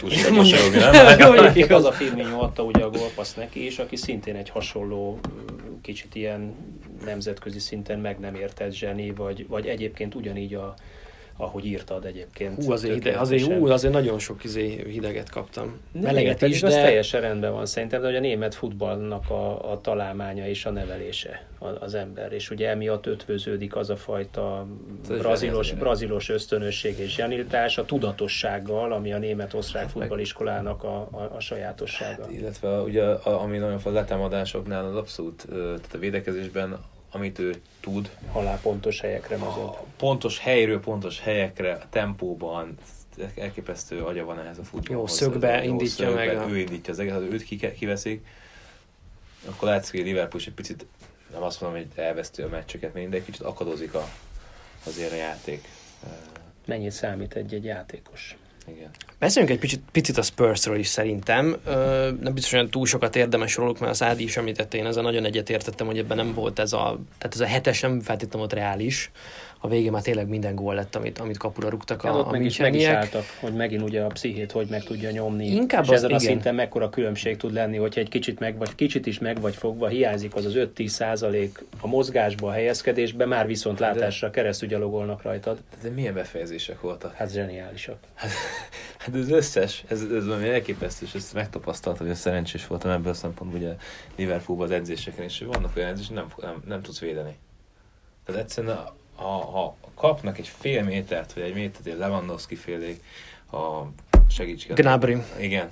Az a Firmino adta ugye a gólpaszt neki, és aki szintén egy hasonló, kicsit ilyen nemzetközi szinten meg nem értett zseni, vagy egyébként ugyanígy ahogy írtad egyébként.
Azért nagyon sok hideget kaptam. Meleget is,
de... Ez teljesen rendben van szerintem, de hogy a német futballnak a találmánya és a nevelése az ember. És ugye emiatt ötvöződik az a fajta brazilos ösztönösség és zsenilitás a tudatossággal, ami a német-osztrák futballiskolának a sajátossága.
Hát, illetve ugye, ami nagyon a letámadásoknál az abszolút, tehát a védekezésben amit ő tud.
Halálpontos helyekre mozog.
Pontos helyről, pontos helyekre, a tempóban, elképesztő agya van ehhez a futballhoz.
Jó szögbe indítja meg.
Ő indítja az egész, ha őt kiveszik, akkor látszik, hogy Liverpool is egy picit, nem azt mondom, hogy elveszti a meccseket, de egy kicsit akadozik azért a játék.
Mennyit számít egy játékos?
Igen.
Beszéljünk egy picit a Spursről is szerintem. Nem biztos, hogy túl sokat érdemes róluk, mert az Ádi is említette, én ezzel nagyon egyetértettem, hogy ebben nem volt tehát ez a 7-es nem feltétlenül volt reális. A végén már tényleg minden gól lett, amit kapura rúgtak a
meg is álltak, hogy megint ugye a pszichét hogy meg tudja nyomni.
Inkább
és ezen a szinten mekkora különbség tud lenni, hogyha egy kicsit is meg vagy fogva, hiányzik az 5-10% a mozgásba, a helyezkedésbe, már viszont látásra keresztül gyalogolnak rajtad.
De milyen befejezések voltak?
Hát zseniálisak.
Hát ez összes, ez valami elképesztő, és ezt megtapasztaltam, hogy szerencsés voltam ebből a szempontból, ugye Liverpoolban az edzéseken, és vannak olyan edzések, nem tudsz védeni. Tehát egyszerűen ha kapnak egy fél métert, vagy egy métert, egy Lewandowski félék, segítséget.
Gnabry.
Igen.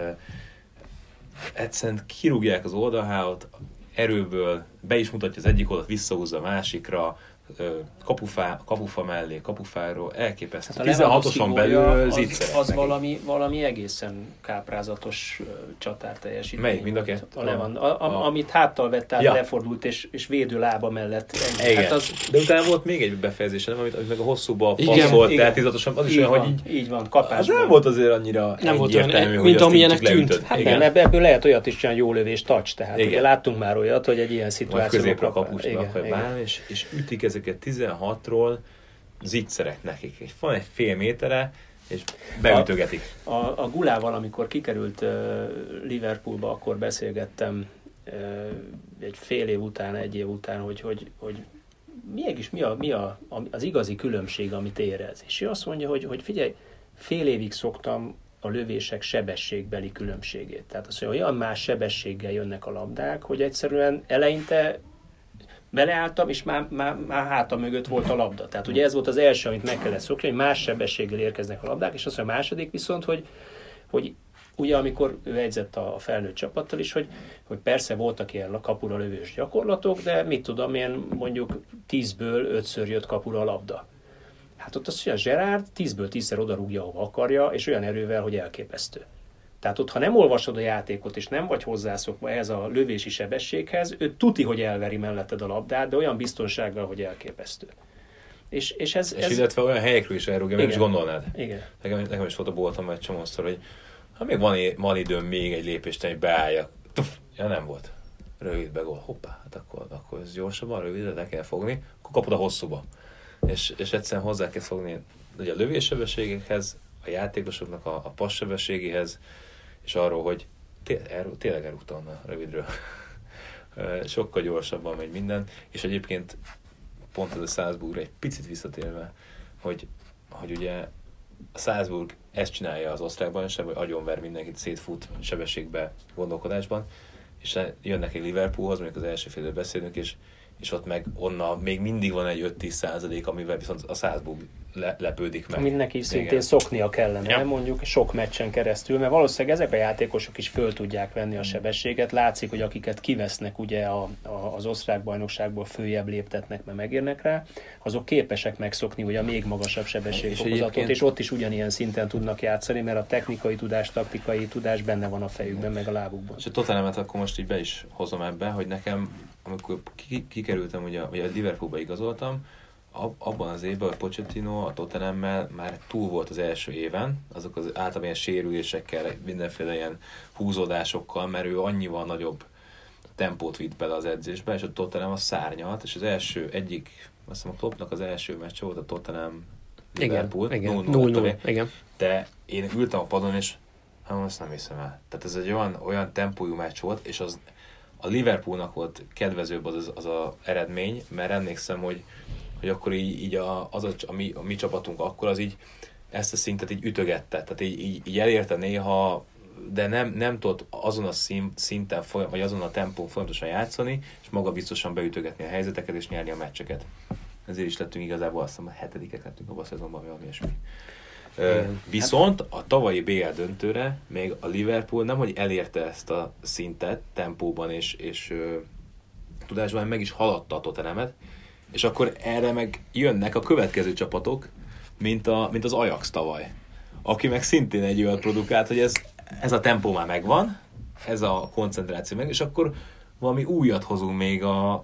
Egyszerűen kirúgják az oldalhálót, erőből be is mutatja az egyik oldalt, visszahúzza a másikra, kapufa mellé, kapufáról, elképesztő.
Hát
16-oson belül zicserek.
Az valami egészen káprázatos csatár teljesítmény.
Melyik? Mind a kettő?
Amit háttal vett át, lefordult és védő lába mellett.
Igen. Hát de utána volt még egy befejezés, nem? Amit meg a hosszúba passzolt, tehát tizatosan, az is olyan, hogy
így van, kapásban.
Az nem volt azért annyira egyértelmű, hogy
mint amilyenek
tűnt.
Hát nem, ebből lehet olyat is csinálni, jó lövés, touch, tehát ugye láttunk már olyat, hogy egy ilyen szituációban
középre a kapusnak, vagy bármi, és ütik ezeket 16-ról, zicserek nekik. Van egy fél métere, és beütögetik.
A Gulával, amikor kikerült Liverpoolba, akkor beszélgettem egy fél év után, egy év után, hogy mégis mi az igazi különbség, amit érez. És ő azt mondja, hogy figyelj, fél évig szoktam a lövések sebességbeli különbségét. Tehát az, hogy olyan más sebességgel jönnek a labdák, hogy egyszerűen eleinte beleálltam, és már hátam mögött volt a labda. Tehát ugye ez volt az első, amit meg kellett szokni, hogy más sebességgel érkeznek a labdák, és az a második viszont, hogy ugye amikor ő edzett a felnőtt csapattal is, hogy persze voltak ilyen a kapura lövős gyakorlatok, de mit tudom én, mondjuk 10-ből 5-ször jött kapura a labda. Hát ott az, hogy a Gerrard 10-ből 10-szer odarúgja, ahova akarja, és olyan erővel, hogy elképesztő. Tehát ott, ha nem olvasod a játékot, és nem vagy hozzászokva ehhez a lövési sebességhez, ő tuti, hogy elveri melletted a labdát, de olyan biztonsággal, hogy elképesztő. És
illetve olyan helyekről is elrúgja, nem is gondolnád.
Igen.
Nekem is fotoboltam egy csomószor, hogy ha még van időm még egy lépést, hogy beálljak. Ja, nem volt. Rövidbe gól. Hoppá, hát akkor ez gyorsabban, rövidre le kell fogni, akkor kapod a hosszúba. És egyszerűen hozzá kell fogni ugye a lövéssebességekhez, a játékosoknak a passzsebességéhez, és arról, hogy tényleg elrúgtam a rövidről. Sokkal gyorsabban megy minden, és egyébként pont ez a Salzburgra egy picit visszatérve, hogy ugye a Salzburg ezt csinálja az osztrák bajnokságban, hogy agyonver mindenkit, szétfut sebességbe, gondolkodásban, és jönnek egy Liverpoolhoz, mondjuk az első félről beszélünk, és ott meg onnan még mindig van egy 5-10%, amivel viszont a Salzburg lepődik meg.
Amit neki szintén szoknia kellene, mondjuk sok meccsen keresztül, mert valószínűleg ezek a játékosok is föl tudják venni a sebességet. Látszik, hogy akiket kivesznek ugye az osztrák bajnokságból, följebb léptetnek, mert megérnek rá, azok képesek megszokni ugye a még magasabb sebességfokozatot, és ott is ugyanilyen szinten tudnak játszani, mert a technikai tudás, taktikai tudás benne van a fejükben, meg a lábukban.
És a Tottenhamet akkor most így be is hozom ebbe, hogy nekem, amikor kikerültem, ugye a Liverpoolba igazoltam, abban az évben, hogy Pochettino a Tottenhammel már túl volt az első éven, azok az általában ilyen sérülésekkel, mindenféle ilyen húzódásokkal, mert ő annyival nagyobb tempót vitt bele az edzésbe, és a Tottenham az szárnyalt, és az első azt hiszem a Kloppnak az első meccs volt a Tottenham Liverpool.
Igen, 0-0.
De én ültem a padon, és azt nem hiszem el. Tehát ez egy olyan tempójú meccs volt, és a Liverpoolnak volt kedvezőbb az a eredmény, mert emlékszem, hogy akkor így a mi csapatunk akkor az így ezt a szintet így ütögette, tehát így elérte néha, de nem tudott azon a szinten, vagy azon a tempón folyamatosan játszani, és maga biztosan beütögetni a helyzeteket, és nyerni a meccseket. Ezért is lettünk igazából, azt hiszem, a 7-ek lettünk abban a szezonban, valami ilyesmi. Viszont a tavalyi BL döntőre még a Liverpool nemhogy elérte ezt a szintet tempóban és tudásban, meg is haladta a Tottenhamet, és akkor erre meg jönnek a következő csapatok, mint az Ajax tavaly, aki meg szintén egy olyat produkált, hogy ez a tempó már megvan, ez a koncentráció meg, és akkor valami újat hozunk még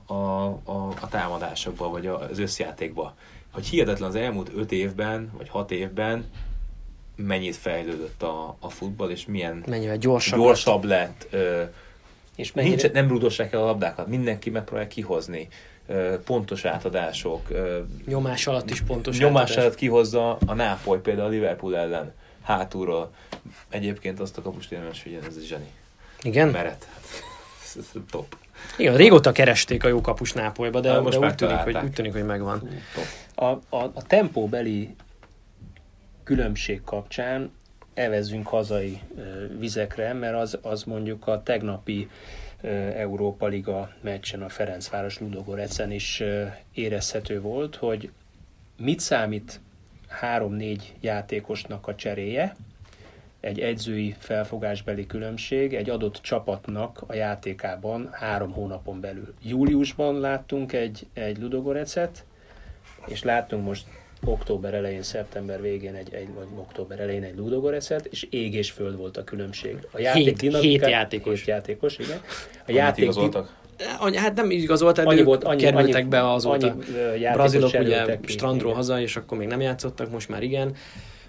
a támadásokba, vagy az összjátékba. Hogy hihetetlen az elmúlt 5 évben, vagy 6 évben mennyit fejlődött a futball, és mennyivel gyorsabb lett. És nem rúdossák el a labdákat, mindenki megpróbálja kihozni. Pontos átadások.
Nyomás alatt is pontos
Nyomás alatt kihozza a Nápoly például a Liverpool ellen hátulról. Egyébként azt a kapust érdemes figyelni, ez a zseni.
Igen?
Meret. Ez top.
Igen, régóta keresték a jó kapus Nápolyba, de
most
úgy tűnik, hogy megvan.
A tempóbeli különbség kapcsán evezzünk hazai vizekre, mert az mondjuk a tegnapi Európa Liga meccsen a Ferencváros Ludogorecen is érezhető volt, hogy mit számít 3-4 játékosnak a cseréje, egy edzői felfogásbeli különbség egy adott csapatnak a játékában 3 hónapon belül. Júliusban láttunk egy Ludogorecet, és láttunk most október elején, szeptember végén vagy október elején egy Ludogoreszet, és ég és föld volt a különbség. A játék
hét játékos.
7 játékos, igen.
A játék igazoltak?
Hát nem igazolták, de ők kerültek be azóta. Brazilok ugye strandról haza, és akkor még nem játszottak, most már igen.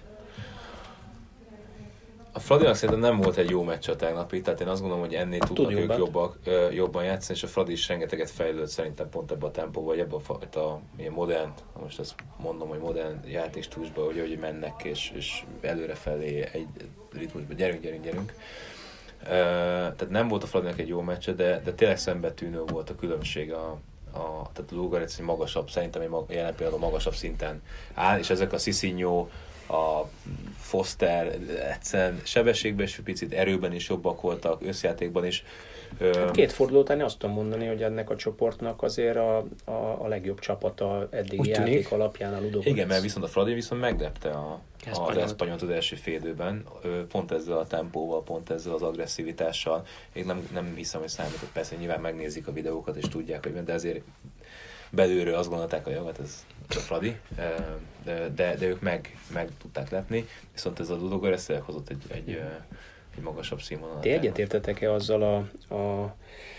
A Fradinak szerintem nem volt egy jó meccs a tegnapi, tehát én azt gondolom, hogy ennél tudnak ők jobban játszani, és a Fradi is rengeteget fejlődött szerintem pont ebbe a tempóba, vagy ebbe a modern, most azt mondom, hogy modern játékstílusba, hogy mennek és előrefelé egy ritmusba, gyerünk. Tehát nem volt a Fradinak egy jó meccse, de tényleg szembetűnő volt a különbség tehát a Ludogorets magasabb, szerintem jelen pillanatban magasabb szinten áll, és ezek a Sisignó, a Foster egyszerűen sebességben is picit, erőben is jobbak voltak, összjátékban is.
Hát 2 forduló után azt tudom mondani, hogy ennek a csoportnak azért a legjobb csapata eddigi játék alapján a Ludogorets.
Igen, mert viszont a Fradi viszont meglepte az Espanyolt az első fél időben, pont ezzel a tempóval, pont ezzel az agresszivitással. Én nem hiszem, hogy számított, persze nyilván megnézik a videókat és tudják, hogy de azért belülről azt gondolták, hogy jó, ez a Fradi, de ők meg tudták lepni, viszont ez a Ludogorets hozott egy magasabb színvonalat.
Ti egyetértetek-e azzal a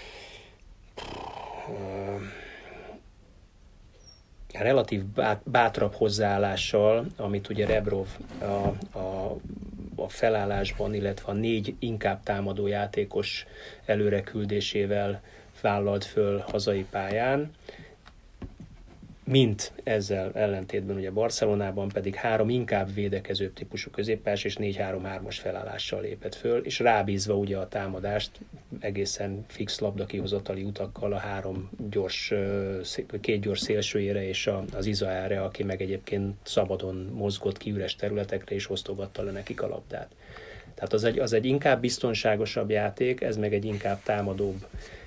relatív bátrabb hozzáállással, amit ugye Rebrov a felállásban, illetve a 4 inkább támadó játékos előreküldésével vállalt föl hazai pályán, mint ezzel ellentétben ugye Barcelonában pedig 3 inkább védekezőbb típusú középpályás és 4-3-3-as felállással lépett föl, és rábízva ugye a támadást egészen fix labdakihozatali utakkal a 2 gyors szélsőjére és az Izaára, aki meg egyébként szabadon mozgott ki üres területekre és osztogatta le nekik a labdát. Tehát az egy inkább biztonságosabb játék, ez meg egy inkább támadóbb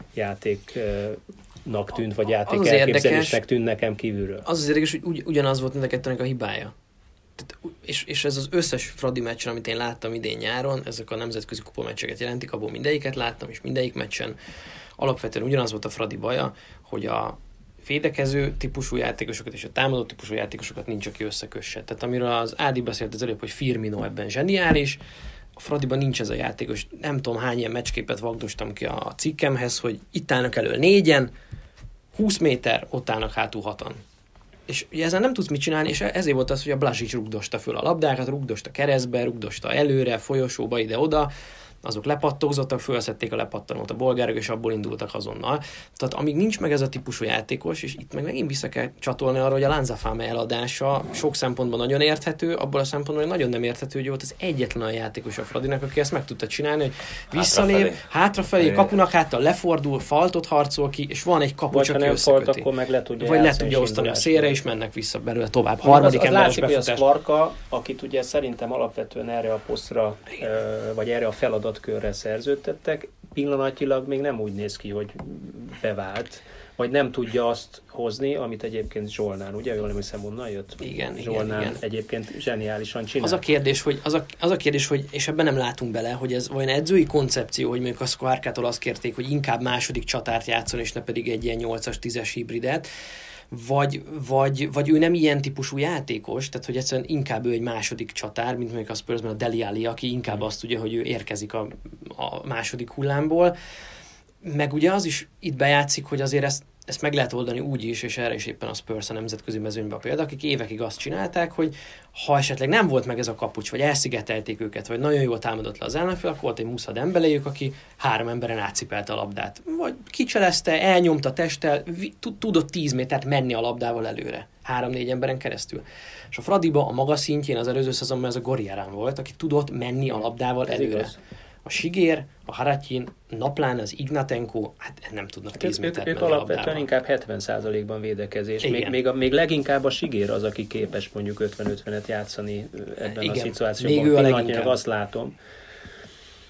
játéknak tűnt, vagy játék elképzelésnek tűnt nekem kívülről.
Az érdekes, hogy ugyanaz volt mind a kettőnek a hibája. Tehát, és ez az összes Fradi meccsen, amit én láttam idén nyáron, ezek a nemzetközi kupa meccseket jelentik, abból mindegyiket láttam, és mindegyik meccsen alapvetően ugyanaz volt a Fradi baja, hogy a védekező típusú játékosokat és a támadó típusú játékosokat nincs, aki összekösse. Tehát amiről az Ádi beszélt az előbb, hogy Firmino ebben zseniális, a Fradiban nincs ez a játékos. Nem tudom, hány ilyen meccsképet vagdostam ki a cikkemhez, hogy itt állnak elől 4-en, 20 méter, ott állnak hátul 6-an. És ugye ezzel nem tudsz mit csinálni, és ezért volt az, hogy a Blasic rugdosta föl a labdákat, rugdosta keresztbe, rugdosta előre, folyosóba, ide-oda, azok lepattózottak, fölszedték a lepattanót a bolgárok, és abból indultak azonnal. Tehát amíg nincs meg ez a típusú játékos, és itt meg megint vissza kell csatolni arra, hogy a Lanzafame eladása sok szempontból nagyon érthető, abból a szempontból, hogy nagyon nem érthető, hogy volt az egyetlen a játékos a Fradinak, aki ezt meg tudta csinálni, hogy visszalép, hátrafelé, kapunak háttal lefordul, faltot harcol ki, és van egy kapu, csak összeköti.
Akkor meg le tudja
vagy le tudja osztani a szélre, és mennek vissza belőle tovább. Harmadik emberes
befutás. Látszik, hogy a Skvarka, akit ugye szerintem alapvetően erre a posztra, vagy erre a feladatkörre szerződtettek, pillanatnyilag még nem úgy néz ki, hogy bevált, vagy nem tudja azt hozni, amit egyébként Zsolnán, ugye? Jól nem hiszem, onnan jött?
Igen,
Zsolnán
igen.
Egyébként zseniálisan csinál.
Az a kérdés, hogy és ebben nem látunk bele, hogy ez olyan edzői koncepció, hogy mondjuk a Skvarkától azt kérték, hogy inkább második csatárt játszon, és ne pedig egy ilyen 8-as, 10-es hibridet, vagy ő nem ilyen típusú játékos, tehát hogy egyszerűen inkább ő egy második csatár, mint mondjuk a Spursben a Dele Alli, aki inkább azt tudja, hogy ő érkezik a második hullámból. Meg ugye az is itt bejátszik, hogy azért ezt meg lehet oldani úgy is, és erre is éppen a Spurs a nemzetközi mezőnyben a példa, akik évekig azt csinálták, hogy ha esetleg nem volt meg ez a kapucs, vagy elszigetelték őket, vagy nagyon jól támadott le az ellenfél, akkor volt egy Musa Dembélejük, aki 3 emberen átsipelte a labdát. Vagy kicselezte, elnyomta testtel, tudott 10 métert menni a labdával előre. 3-4 emberen keresztül. És a Fradiba a maga szintjén az előző szezonban ez a Gorriarán volt, aki tudott menni a labdával előre. Igaz. A Sigér, a Haratin, Naplán, az Ignatenko, hát nem tudnak 10 métert menni a labdával.
Alapvetően inkább 70%-ban védekezés. Még leginkább a Sigér az, aki képes mondjuk 50-50-et játszani ebben a szituációban. Pillanatnyilag azt látom.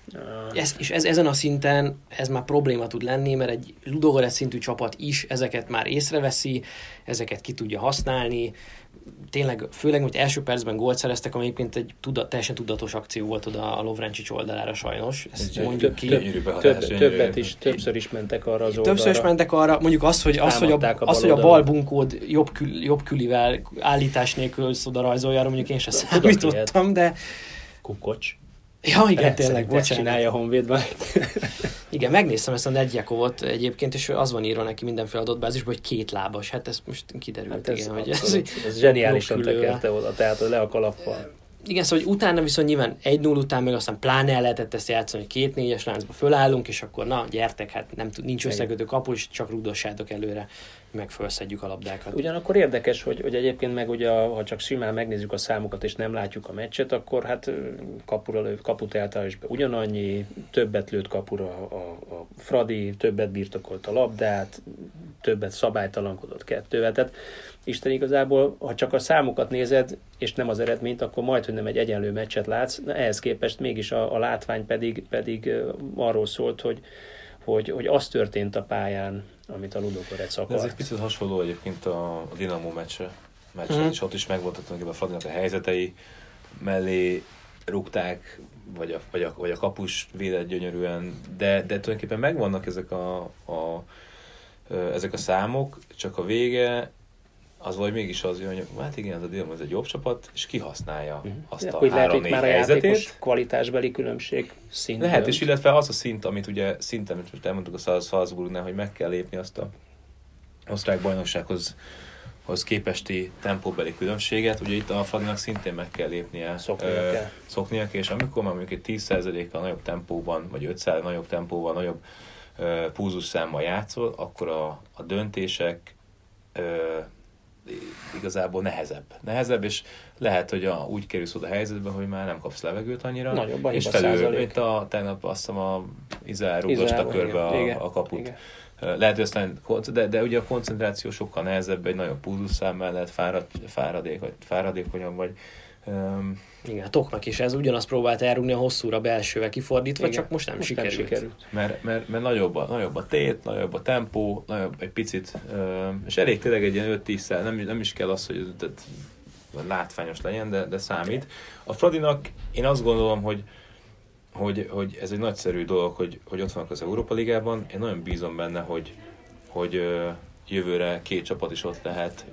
És ezen a szinten ez már probléma tud lenni, mert egy Ludogorets szintű csapat is ezeket már észreveszi, ezeket ki tudja használni. Tényleg, főleg, hogy első percben gólt szereztek, ami egyébként egy teljesen tudatos akció volt oda a Lovrencsics oldalára sajnos. Ezt mondjuk ki.
Többször is mentek arra az oldalra.
Többször is mentek arra, mondjuk azt, hogy a bal bunkód jobb külivel állítás nélkül oda rajzolja, arra mondjuk én sem számítottam, de...
Kukocs.
Ja, igen, tényleg, bocsánat.
Csinálja a Honvédban.
Igen, megnéztem ezt a Nedjakovot egyébként, és az van írva neki mindenféle adott bázisban, hogy kétlábas. Hát ez most kiderült,
hát
igen, hogy
ez zseniálisan tekerte oda, tehát le a kalappal.
Igen, szóval hogy utána viszont nyilván 1-0 után meg aztán pláne el lehetett ezt játszani, hogy 2-4-es láncba fölállunk, és akkor na, gyertek, hát nincs összekötő kapu, és csak rugdossátok előre, meg felszedjük a labdákat.
Ugyanakkor érdekes, hogy egyébként meg ugye, ha csak simán megnézzük a számokat, és nem látjuk a meccset, akkor hát kaput eltállás is be ugyanannyi, többet lőtt kapura a Fradi, többet birtokolt a labdát, többet szabálytalankodott kettővel, tehát Isten igazából, ha csak a számokat nézed, és nem az eredményt, akkor majdhogy nem egy egyenlő meccset látsz. Ehhez képest mégis a látvány pedig arról szólt, hogy az történt a pályán, amit a Ludogorets akart.
Ez egy picit hasonló egyébként a Dinamo meccsen és ott is megvoltak a Fradinak a helyzetei, mellé rúgták, vagy a kapus védett gyönyörűen, de tulajdonképpen megvannak ezek a számok, csak a vége az vagy mégis az, hogy hát igen, ez a Dinamo ez egy jobb csapat, és kihasználja azt a 3-4 helyzetét.
Kvalitásbeli különbség szint.
Lehet, és illetve az a szint, amit ugye szinten, most elmondtuk a Salzburgnál, hogy meg kell lépni azt a osztrák bajnoksághoz képesti tempóbeli különbséget, ugye itt a Fradinak szintén meg kell lépnie, szoknia kell, és amikor már mondjuk egy 10%-kal nagyobb tempóban, vagy 5% nagyobb tempóval, nagyobb pulzusszámmal játszol, akkor a döntések igazából nehezebb, és lehet, hogy úgy kerülsz oda a helyzetbe, hogy már nem kapsz levegőt annyira,
nagyobb a
és felül, mint tegnap azt hiszem a Izrael rúgdosta körbe a kaput. Igen. Lehet, hogy aztán, de ugye a koncentráció sokkal nehezebb, egy nagyobb pulzusszám mellett fáradékonyabb vagy.
Igen, a Toknak is ez ugyanazt próbált elrúgni a hosszúra belsővel kifordítva, igen, csak most nem sikerült.
Mert nagyobb a tét, nagyobb a tempó, nagyobb egy picit, és elég tényleg egy ilyen 5-10, nem is kell az, hogy látványos legyen, de számít. A Fradinak én azt gondolom, hogy ez egy nagyszerű dolog, hogy ott vannak az Európa Ligában. Én nagyon bízom benne, hogy jövőre 2 csapat is ott lehet,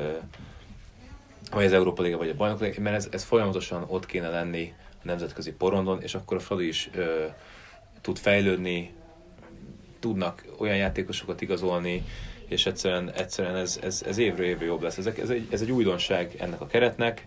vagy az Európa Liga, vagy a Bajnok Liga, mert ez folyamatosan ott kéne lenni a nemzetközi porondon, és akkor a Fradi is tud fejlődni, tudnak olyan játékosokat igazolni, és egyszerűen ez évről évre jobb lesz. Ez egy újdonság ennek a keretnek,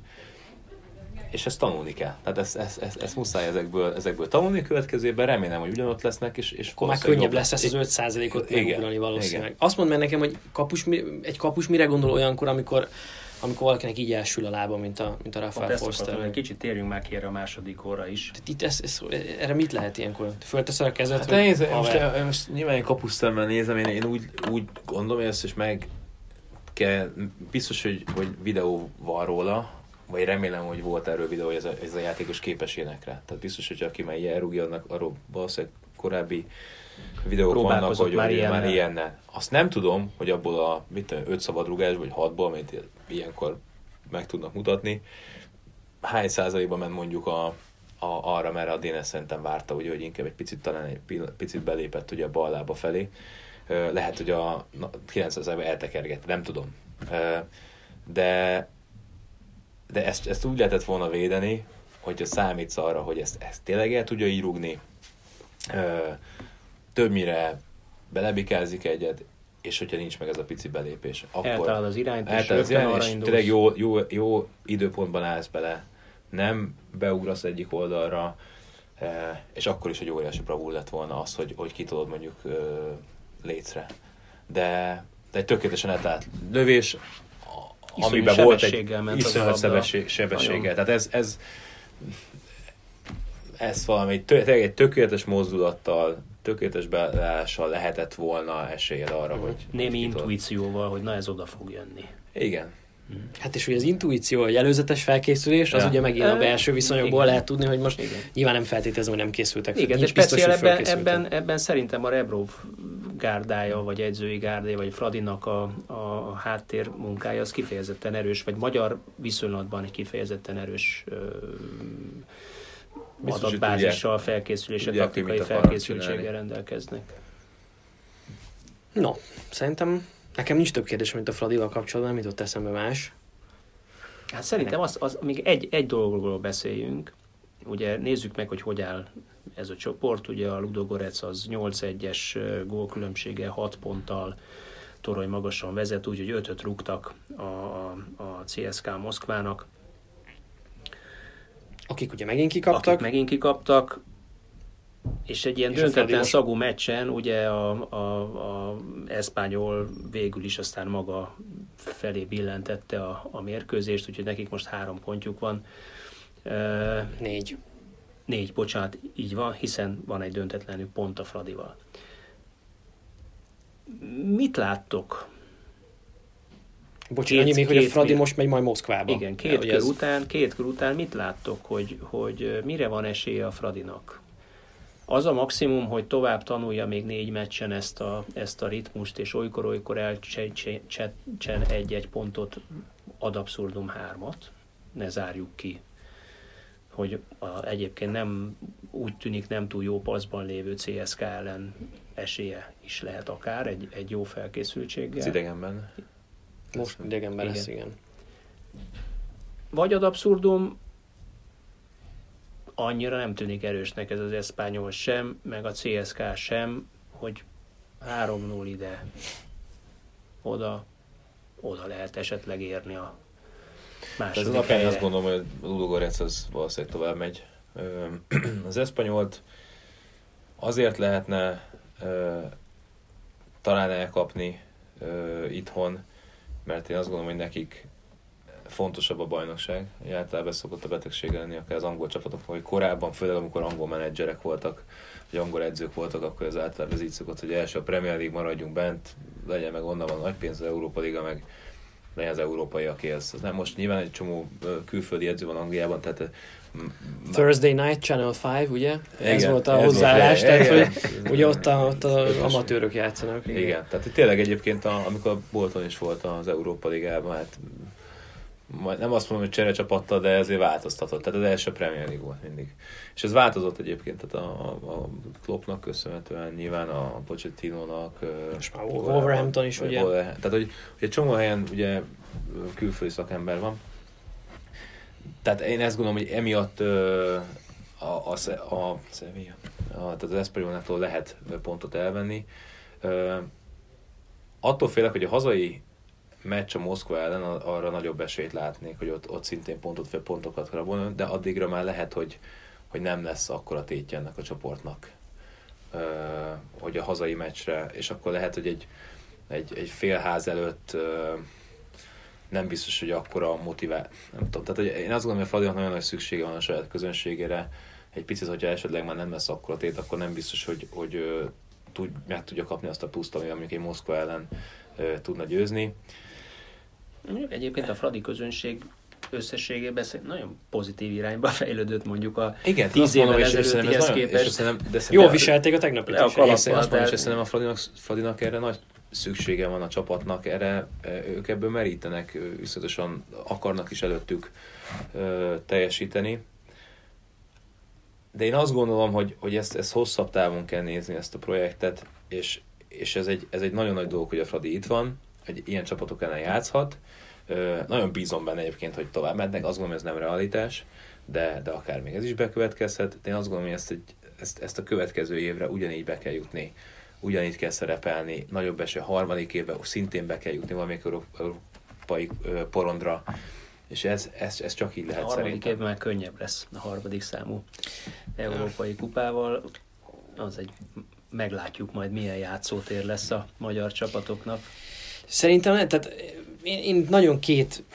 és ezt tanulni kell. Tehát ezt muszáj ezekből tanulni következő évben, remélem, hogy ugyanott lesznek, és
már könnyebb lesz ezt az 5%-ot megugrani valószínűleg. Azt mondd meg nekem, hogy egy kapus mire gondol olyankor, amikor valakinek így elsül a lába, mint a Rafael Forster.
Kicsit térjünk már ki erre a második óra is.
Itt erre mit lehet ilyenkor? Fölteszed a kezed?
Hát most nyilván én kapus szemmel nézem, én úgy gondolom, hogy ezt is meg kell, biztos, hogy videó van róla, vagy remélem, hogy volt erről videó, hogy ez a játékos képes ilyenekre. Tehát biztos, hogy aki már ilyen elrúgja, arról valószínűleg korábbi videók vannak, hogy már ilyennel. Azt nem tudom, hogy abból a 5 szabadrugás, vagy 6-ból, amit ilyenkor meg tudnak mutatni, hány százalékban ment mondjuk arra, mert a Dénes szerintem várta, ugye, hogy inkább egy picit belépett ugye a bal lába felé. Lehet, hogy a 90%-ban eltekergett, nem tudom. De ezt úgy lehetett volna védeni, hogyha számítsz arra, hogy ezt tényleg el tudja így rúgni, többnyire belebikázik egyet, és hogyha nincs meg ez a pici belépés, akkor
eltalálod az irányt,
és tényleg jó időpontban állsz bele, nem beugrasz egyik oldalra, és akkor is egy óriási bravúr lett volna az, hogy kitolod mondjuk lécre. De egy tökéletesen eltalált lövés, amiben volt egy iszonyat sebességgel. Tehát ez valami egy tökéletes mozdulattal, tökéletes beállással lehetett volna esélyed arra, hogy...
Némi intuícióval, hogy na ez oda fog jönni.
Igen.
Hát és ugye az intuíció, vagy előzetes felkészülés, az ugye megint a belső viszonyokból lehet tudni, hogy most nyilván nem feltételezem, hogy nem készültek fel.
Igen, de speciál ebben szerintem a Rebrov gárdája, vagy edzői gárdája, vagy Fradinak a háttér munkája az kifejezetten erős, vagy magyar viszonylatban egy kifejezetten erős adatbázissal, felkészüléssel, taktikai felkészültséggel rendelkeznek.
No, szerintem nekem nincs több kérdésem, mint a Fradival kapcsolatban, nem jutott eszembe más.
Hát szerintem még egy dologról beszéljünk. Ugye nézzük meg, hogy áll ez a csoport. Ugye a Ludogorec az 8-1-es gólkülönbsége 6 ponttal torony magasan vezet, úgyhogy 5-öt rúgtak a CSKA Moszkvának.
Akik ugye megint kikaptak. És egy ilyen döntetlen szagú meccsen ugye a Espanyol végül is aztán maga felé billentette a mérkőzést, úgyhogy nekik most 3 pontjuk van. 4, bocsánat, így van, hiszen van egy döntetlenül pont a Fradival. Mit láttok? Annyi még, hogy a Fradi most megy majd Moszkvába.
Igen, két kör után mit láttok, hogy mire van esélye a Fradinak? Az a maximum, hogy tovább tanulja még 4 meccsen ezt a ritmust, és olykor elcsen egy pontot, ad abszurdum 3-at, ne zárjuk ki, hogy egyébként nem úgy tűnik nem túl jó paszban lévő CSKA ellen esélye is lehet akár egy jó felkészültséggel.
Az idegenben.
Most idegenben lesz, igen.
Vagy ad abszurdum, annyira nem tűnik erősnek ez az Espanyol sem, meg a CSKA sem, hogy 3-0 ide, oda lehet esetleg érni a második
helyre.
helyre.
Azt gondolom, hogy a Ludogorec az valószínűleg tovább megy. Az Espanyolt azért lehetne talán elkapni itthon, mert én azt gondolom, hogy nekik fontosabb a bajnokság. Általában szokott a betegség lenni, akár az angol csapatoknak, hogy korábban, főleg amikor angol menedzserek voltak, vagy angol edzők voltak, akkor ez általában ez így szokott, hogy első a Premier League maradjunk bent, legyen meg onnan van nagy pénz, az Európa Liga, meg legyen az európai, aki ez. Nem, most nyilván egy csomó külföldi edző van Angliában, tehát
Thursday Night Channel 5, ugye?
Igen,
ez volt a hozzáállás, tehát
hogy
ugye ott az amatőrök játszanak.
Igen, tehát tényleg egyébként, amikor Bolton is volt az Európa Ligában, hát nem azt mondom, hogy cserecsapattal, de ezért változtatott. Tehát az első Premier League volt mindig. És ez változott egyébként, tehát a Kloppnak köszönhetően, nyilván a Pochettinónak.
És már Wolverhampton is, ugye?
Tehát, hogy egy csomó helyen ugye külföldi szakember van. Tehát én ezt gondolom, hogy emiatt tehát az Espanyolnától lehet pontot elvenni. Attól félek, hogy a hazai meccs a Moszkva ellen, arra nagyobb esélyt látnék, hogy ott szintén pontokat rabolni, de addigra már lehet, hogy nem lesz akkora tétje ennek a csoportnak, hogy a hazai meccsre, és akkor lehet, hogy egy félház előtt nem biztos, hogy akkora motivál. Nem tudom. Tehát hogy én azt gondolom, hogy a Fradinak nagyon nagy szüksége van a saját közönségére. Egy picit, hogyha esetleg már nem lesz akkora tét, akkor nem biztos, hogy meg tudja kapni azt a pluszt, ami mondjuk egy Moszkva ellen tudna győzni.
Egyébként a Fradi közönség összességében nagyon pozitív irányba fejlődött mondjuk a 10 évvel ezelőttihez képest.
Jól viselték a tegnapi
és szerintem a Fradinak erre nagy szüksége van a csapatnak, erre ők ebből merítenek, viszontosan akarnak is előttük teljesíteni. De én azt gondolom, hogy ezt hosszabb távon kell nézni, ezt a projektet, és ez egy nagyon nagy dolog, hogy a Fradi itt van, hogy ilyen csapatok ellen játszhat. Nagyon bízom benne egyébként, hogy tovább mennek, azt gondolom, hogy ez nem realitás, de akár még ez is bekövetkezhet. De én azt gondolom, hogy ezt a következő évre ugyanígy be kell jutni, ugyanígy kell szerepelni, nagyobb esély harmadik évben szintén be kell jutni valamelyik európai porondra, és ez csak így lehet
a harmadik évben már könnyebb lesz a harmadik számú európai kupával. Meglátjuk majd, milyen játszótér lesz a magyar csapatoknak.
Szerintem, tehát én nagyon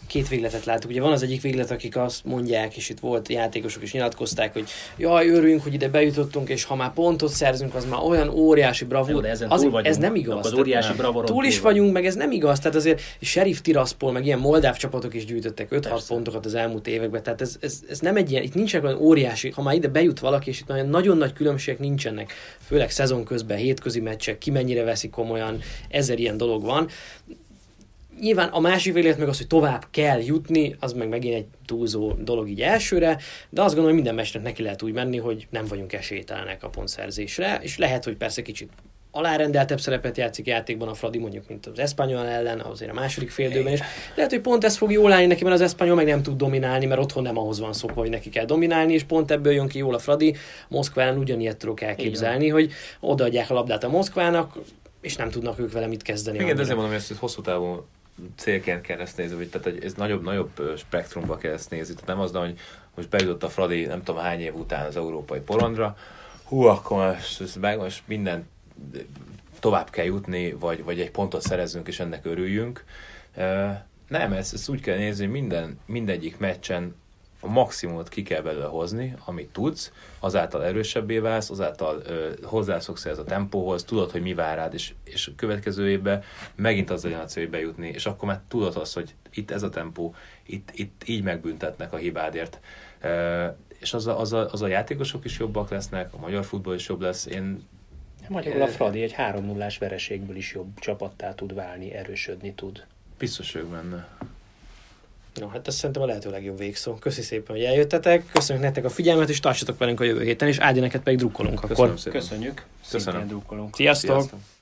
két végletet látok. Ugye van az egyik véglet, akik azt mondják, és itt volt játékosok is nyilatkozták, hogy jaj, örüljünk, hogy ide bejutottunk, és ha már pontot szerzünk, az már olyan óriási bravúr. Ez nem igaz.
Az óriási bravoron
túl is vagyunk, meg ez nem igaz. Tehát azért Sheriff Tiraspol, meg ilyen moldáv csapatok is gyűjtöttek 5-6 pontokat az elmúlt években. Tehát ez nem egy ilyen, itt nincsenek olyan óriási, ha már ide bejut valaki, és itt nagyon nagy különbségek nincsenek, főleg szezon közben, hétközi meccsek, ki mennyire veszi komolyan, 1000 ilyen dolog van. Nyilván a másik véglet meg az, hogy tovább kell jutni, az meg megint egy túlzó dolog így elsőre, de azt gondolom, hogy minden meccsnek neki lehet úgy menni, hogy nem vagyunk esélytelenek a pontszerzésre, és lehet, hogy persze kicsit alárendeltebb szerepet játszik játékban a Fradi, mondjuk, mint az Espanyol ellen, azért a második féldőben is. Lehet, hogy pont ez fog jól állni neki, mert az Espanyol meg nem tud dominálni, mert otthon nem ahhoz van szokva, hogy neki kell dominálni, és pont ebből jön ki jól a Fradi. Moszkván ugyanilyet tudok elképzelni, hogy odaadják a labdát a Moszkvának, és nem tudnak ők vele mit kezdeni.
Igen, de azért mondom, hogy ezt hosszú távon célként kell ezt nézni, tehát ez nagyobb spektrumba kell ezt nézni. Tehát nem az, hogy most bejutott a Fradi nem tudom hány év után az európai porondra, akkor most minden tovább kell jutni, vagy egy pontot szerezzünk, és ennek örüljünk. Nem, ezt úgy kell nézni, hogy mindegyik meccsen a maximumot ki kell belőle hozni, amit tudsz, azáltal erősebbé válsz, azáltal hozzászoksz ez a tempóhoz, tudod, hogy mi vár rád, és a következő évben megint az legyen a cél, hogy bejutni, és akkor már tudod azt, hogy itt ez a tempó, itt így megbüntetnek a hibádért. És az a játékosok is jobbak lesznek, a magyar futball is jobb lesz.
Magyarul a Fradi egy 3-0-ás vereségből is jobb csapattá tud válni, erősödni tud.
Biztos vagyok benne.
No, hát ez szerintem a lehető legjobb végszó. Köszi szépen, hogy eljöttetek, köszönjük nektek a figyelmet, és tartsatok velünk a jövő héten, és Ádi, neked pedig drukkolunk akkor.
Köszönöm szépen.
Köszönjük.
Köszönöm.
Szintén drukkolunk.
Sziasztok!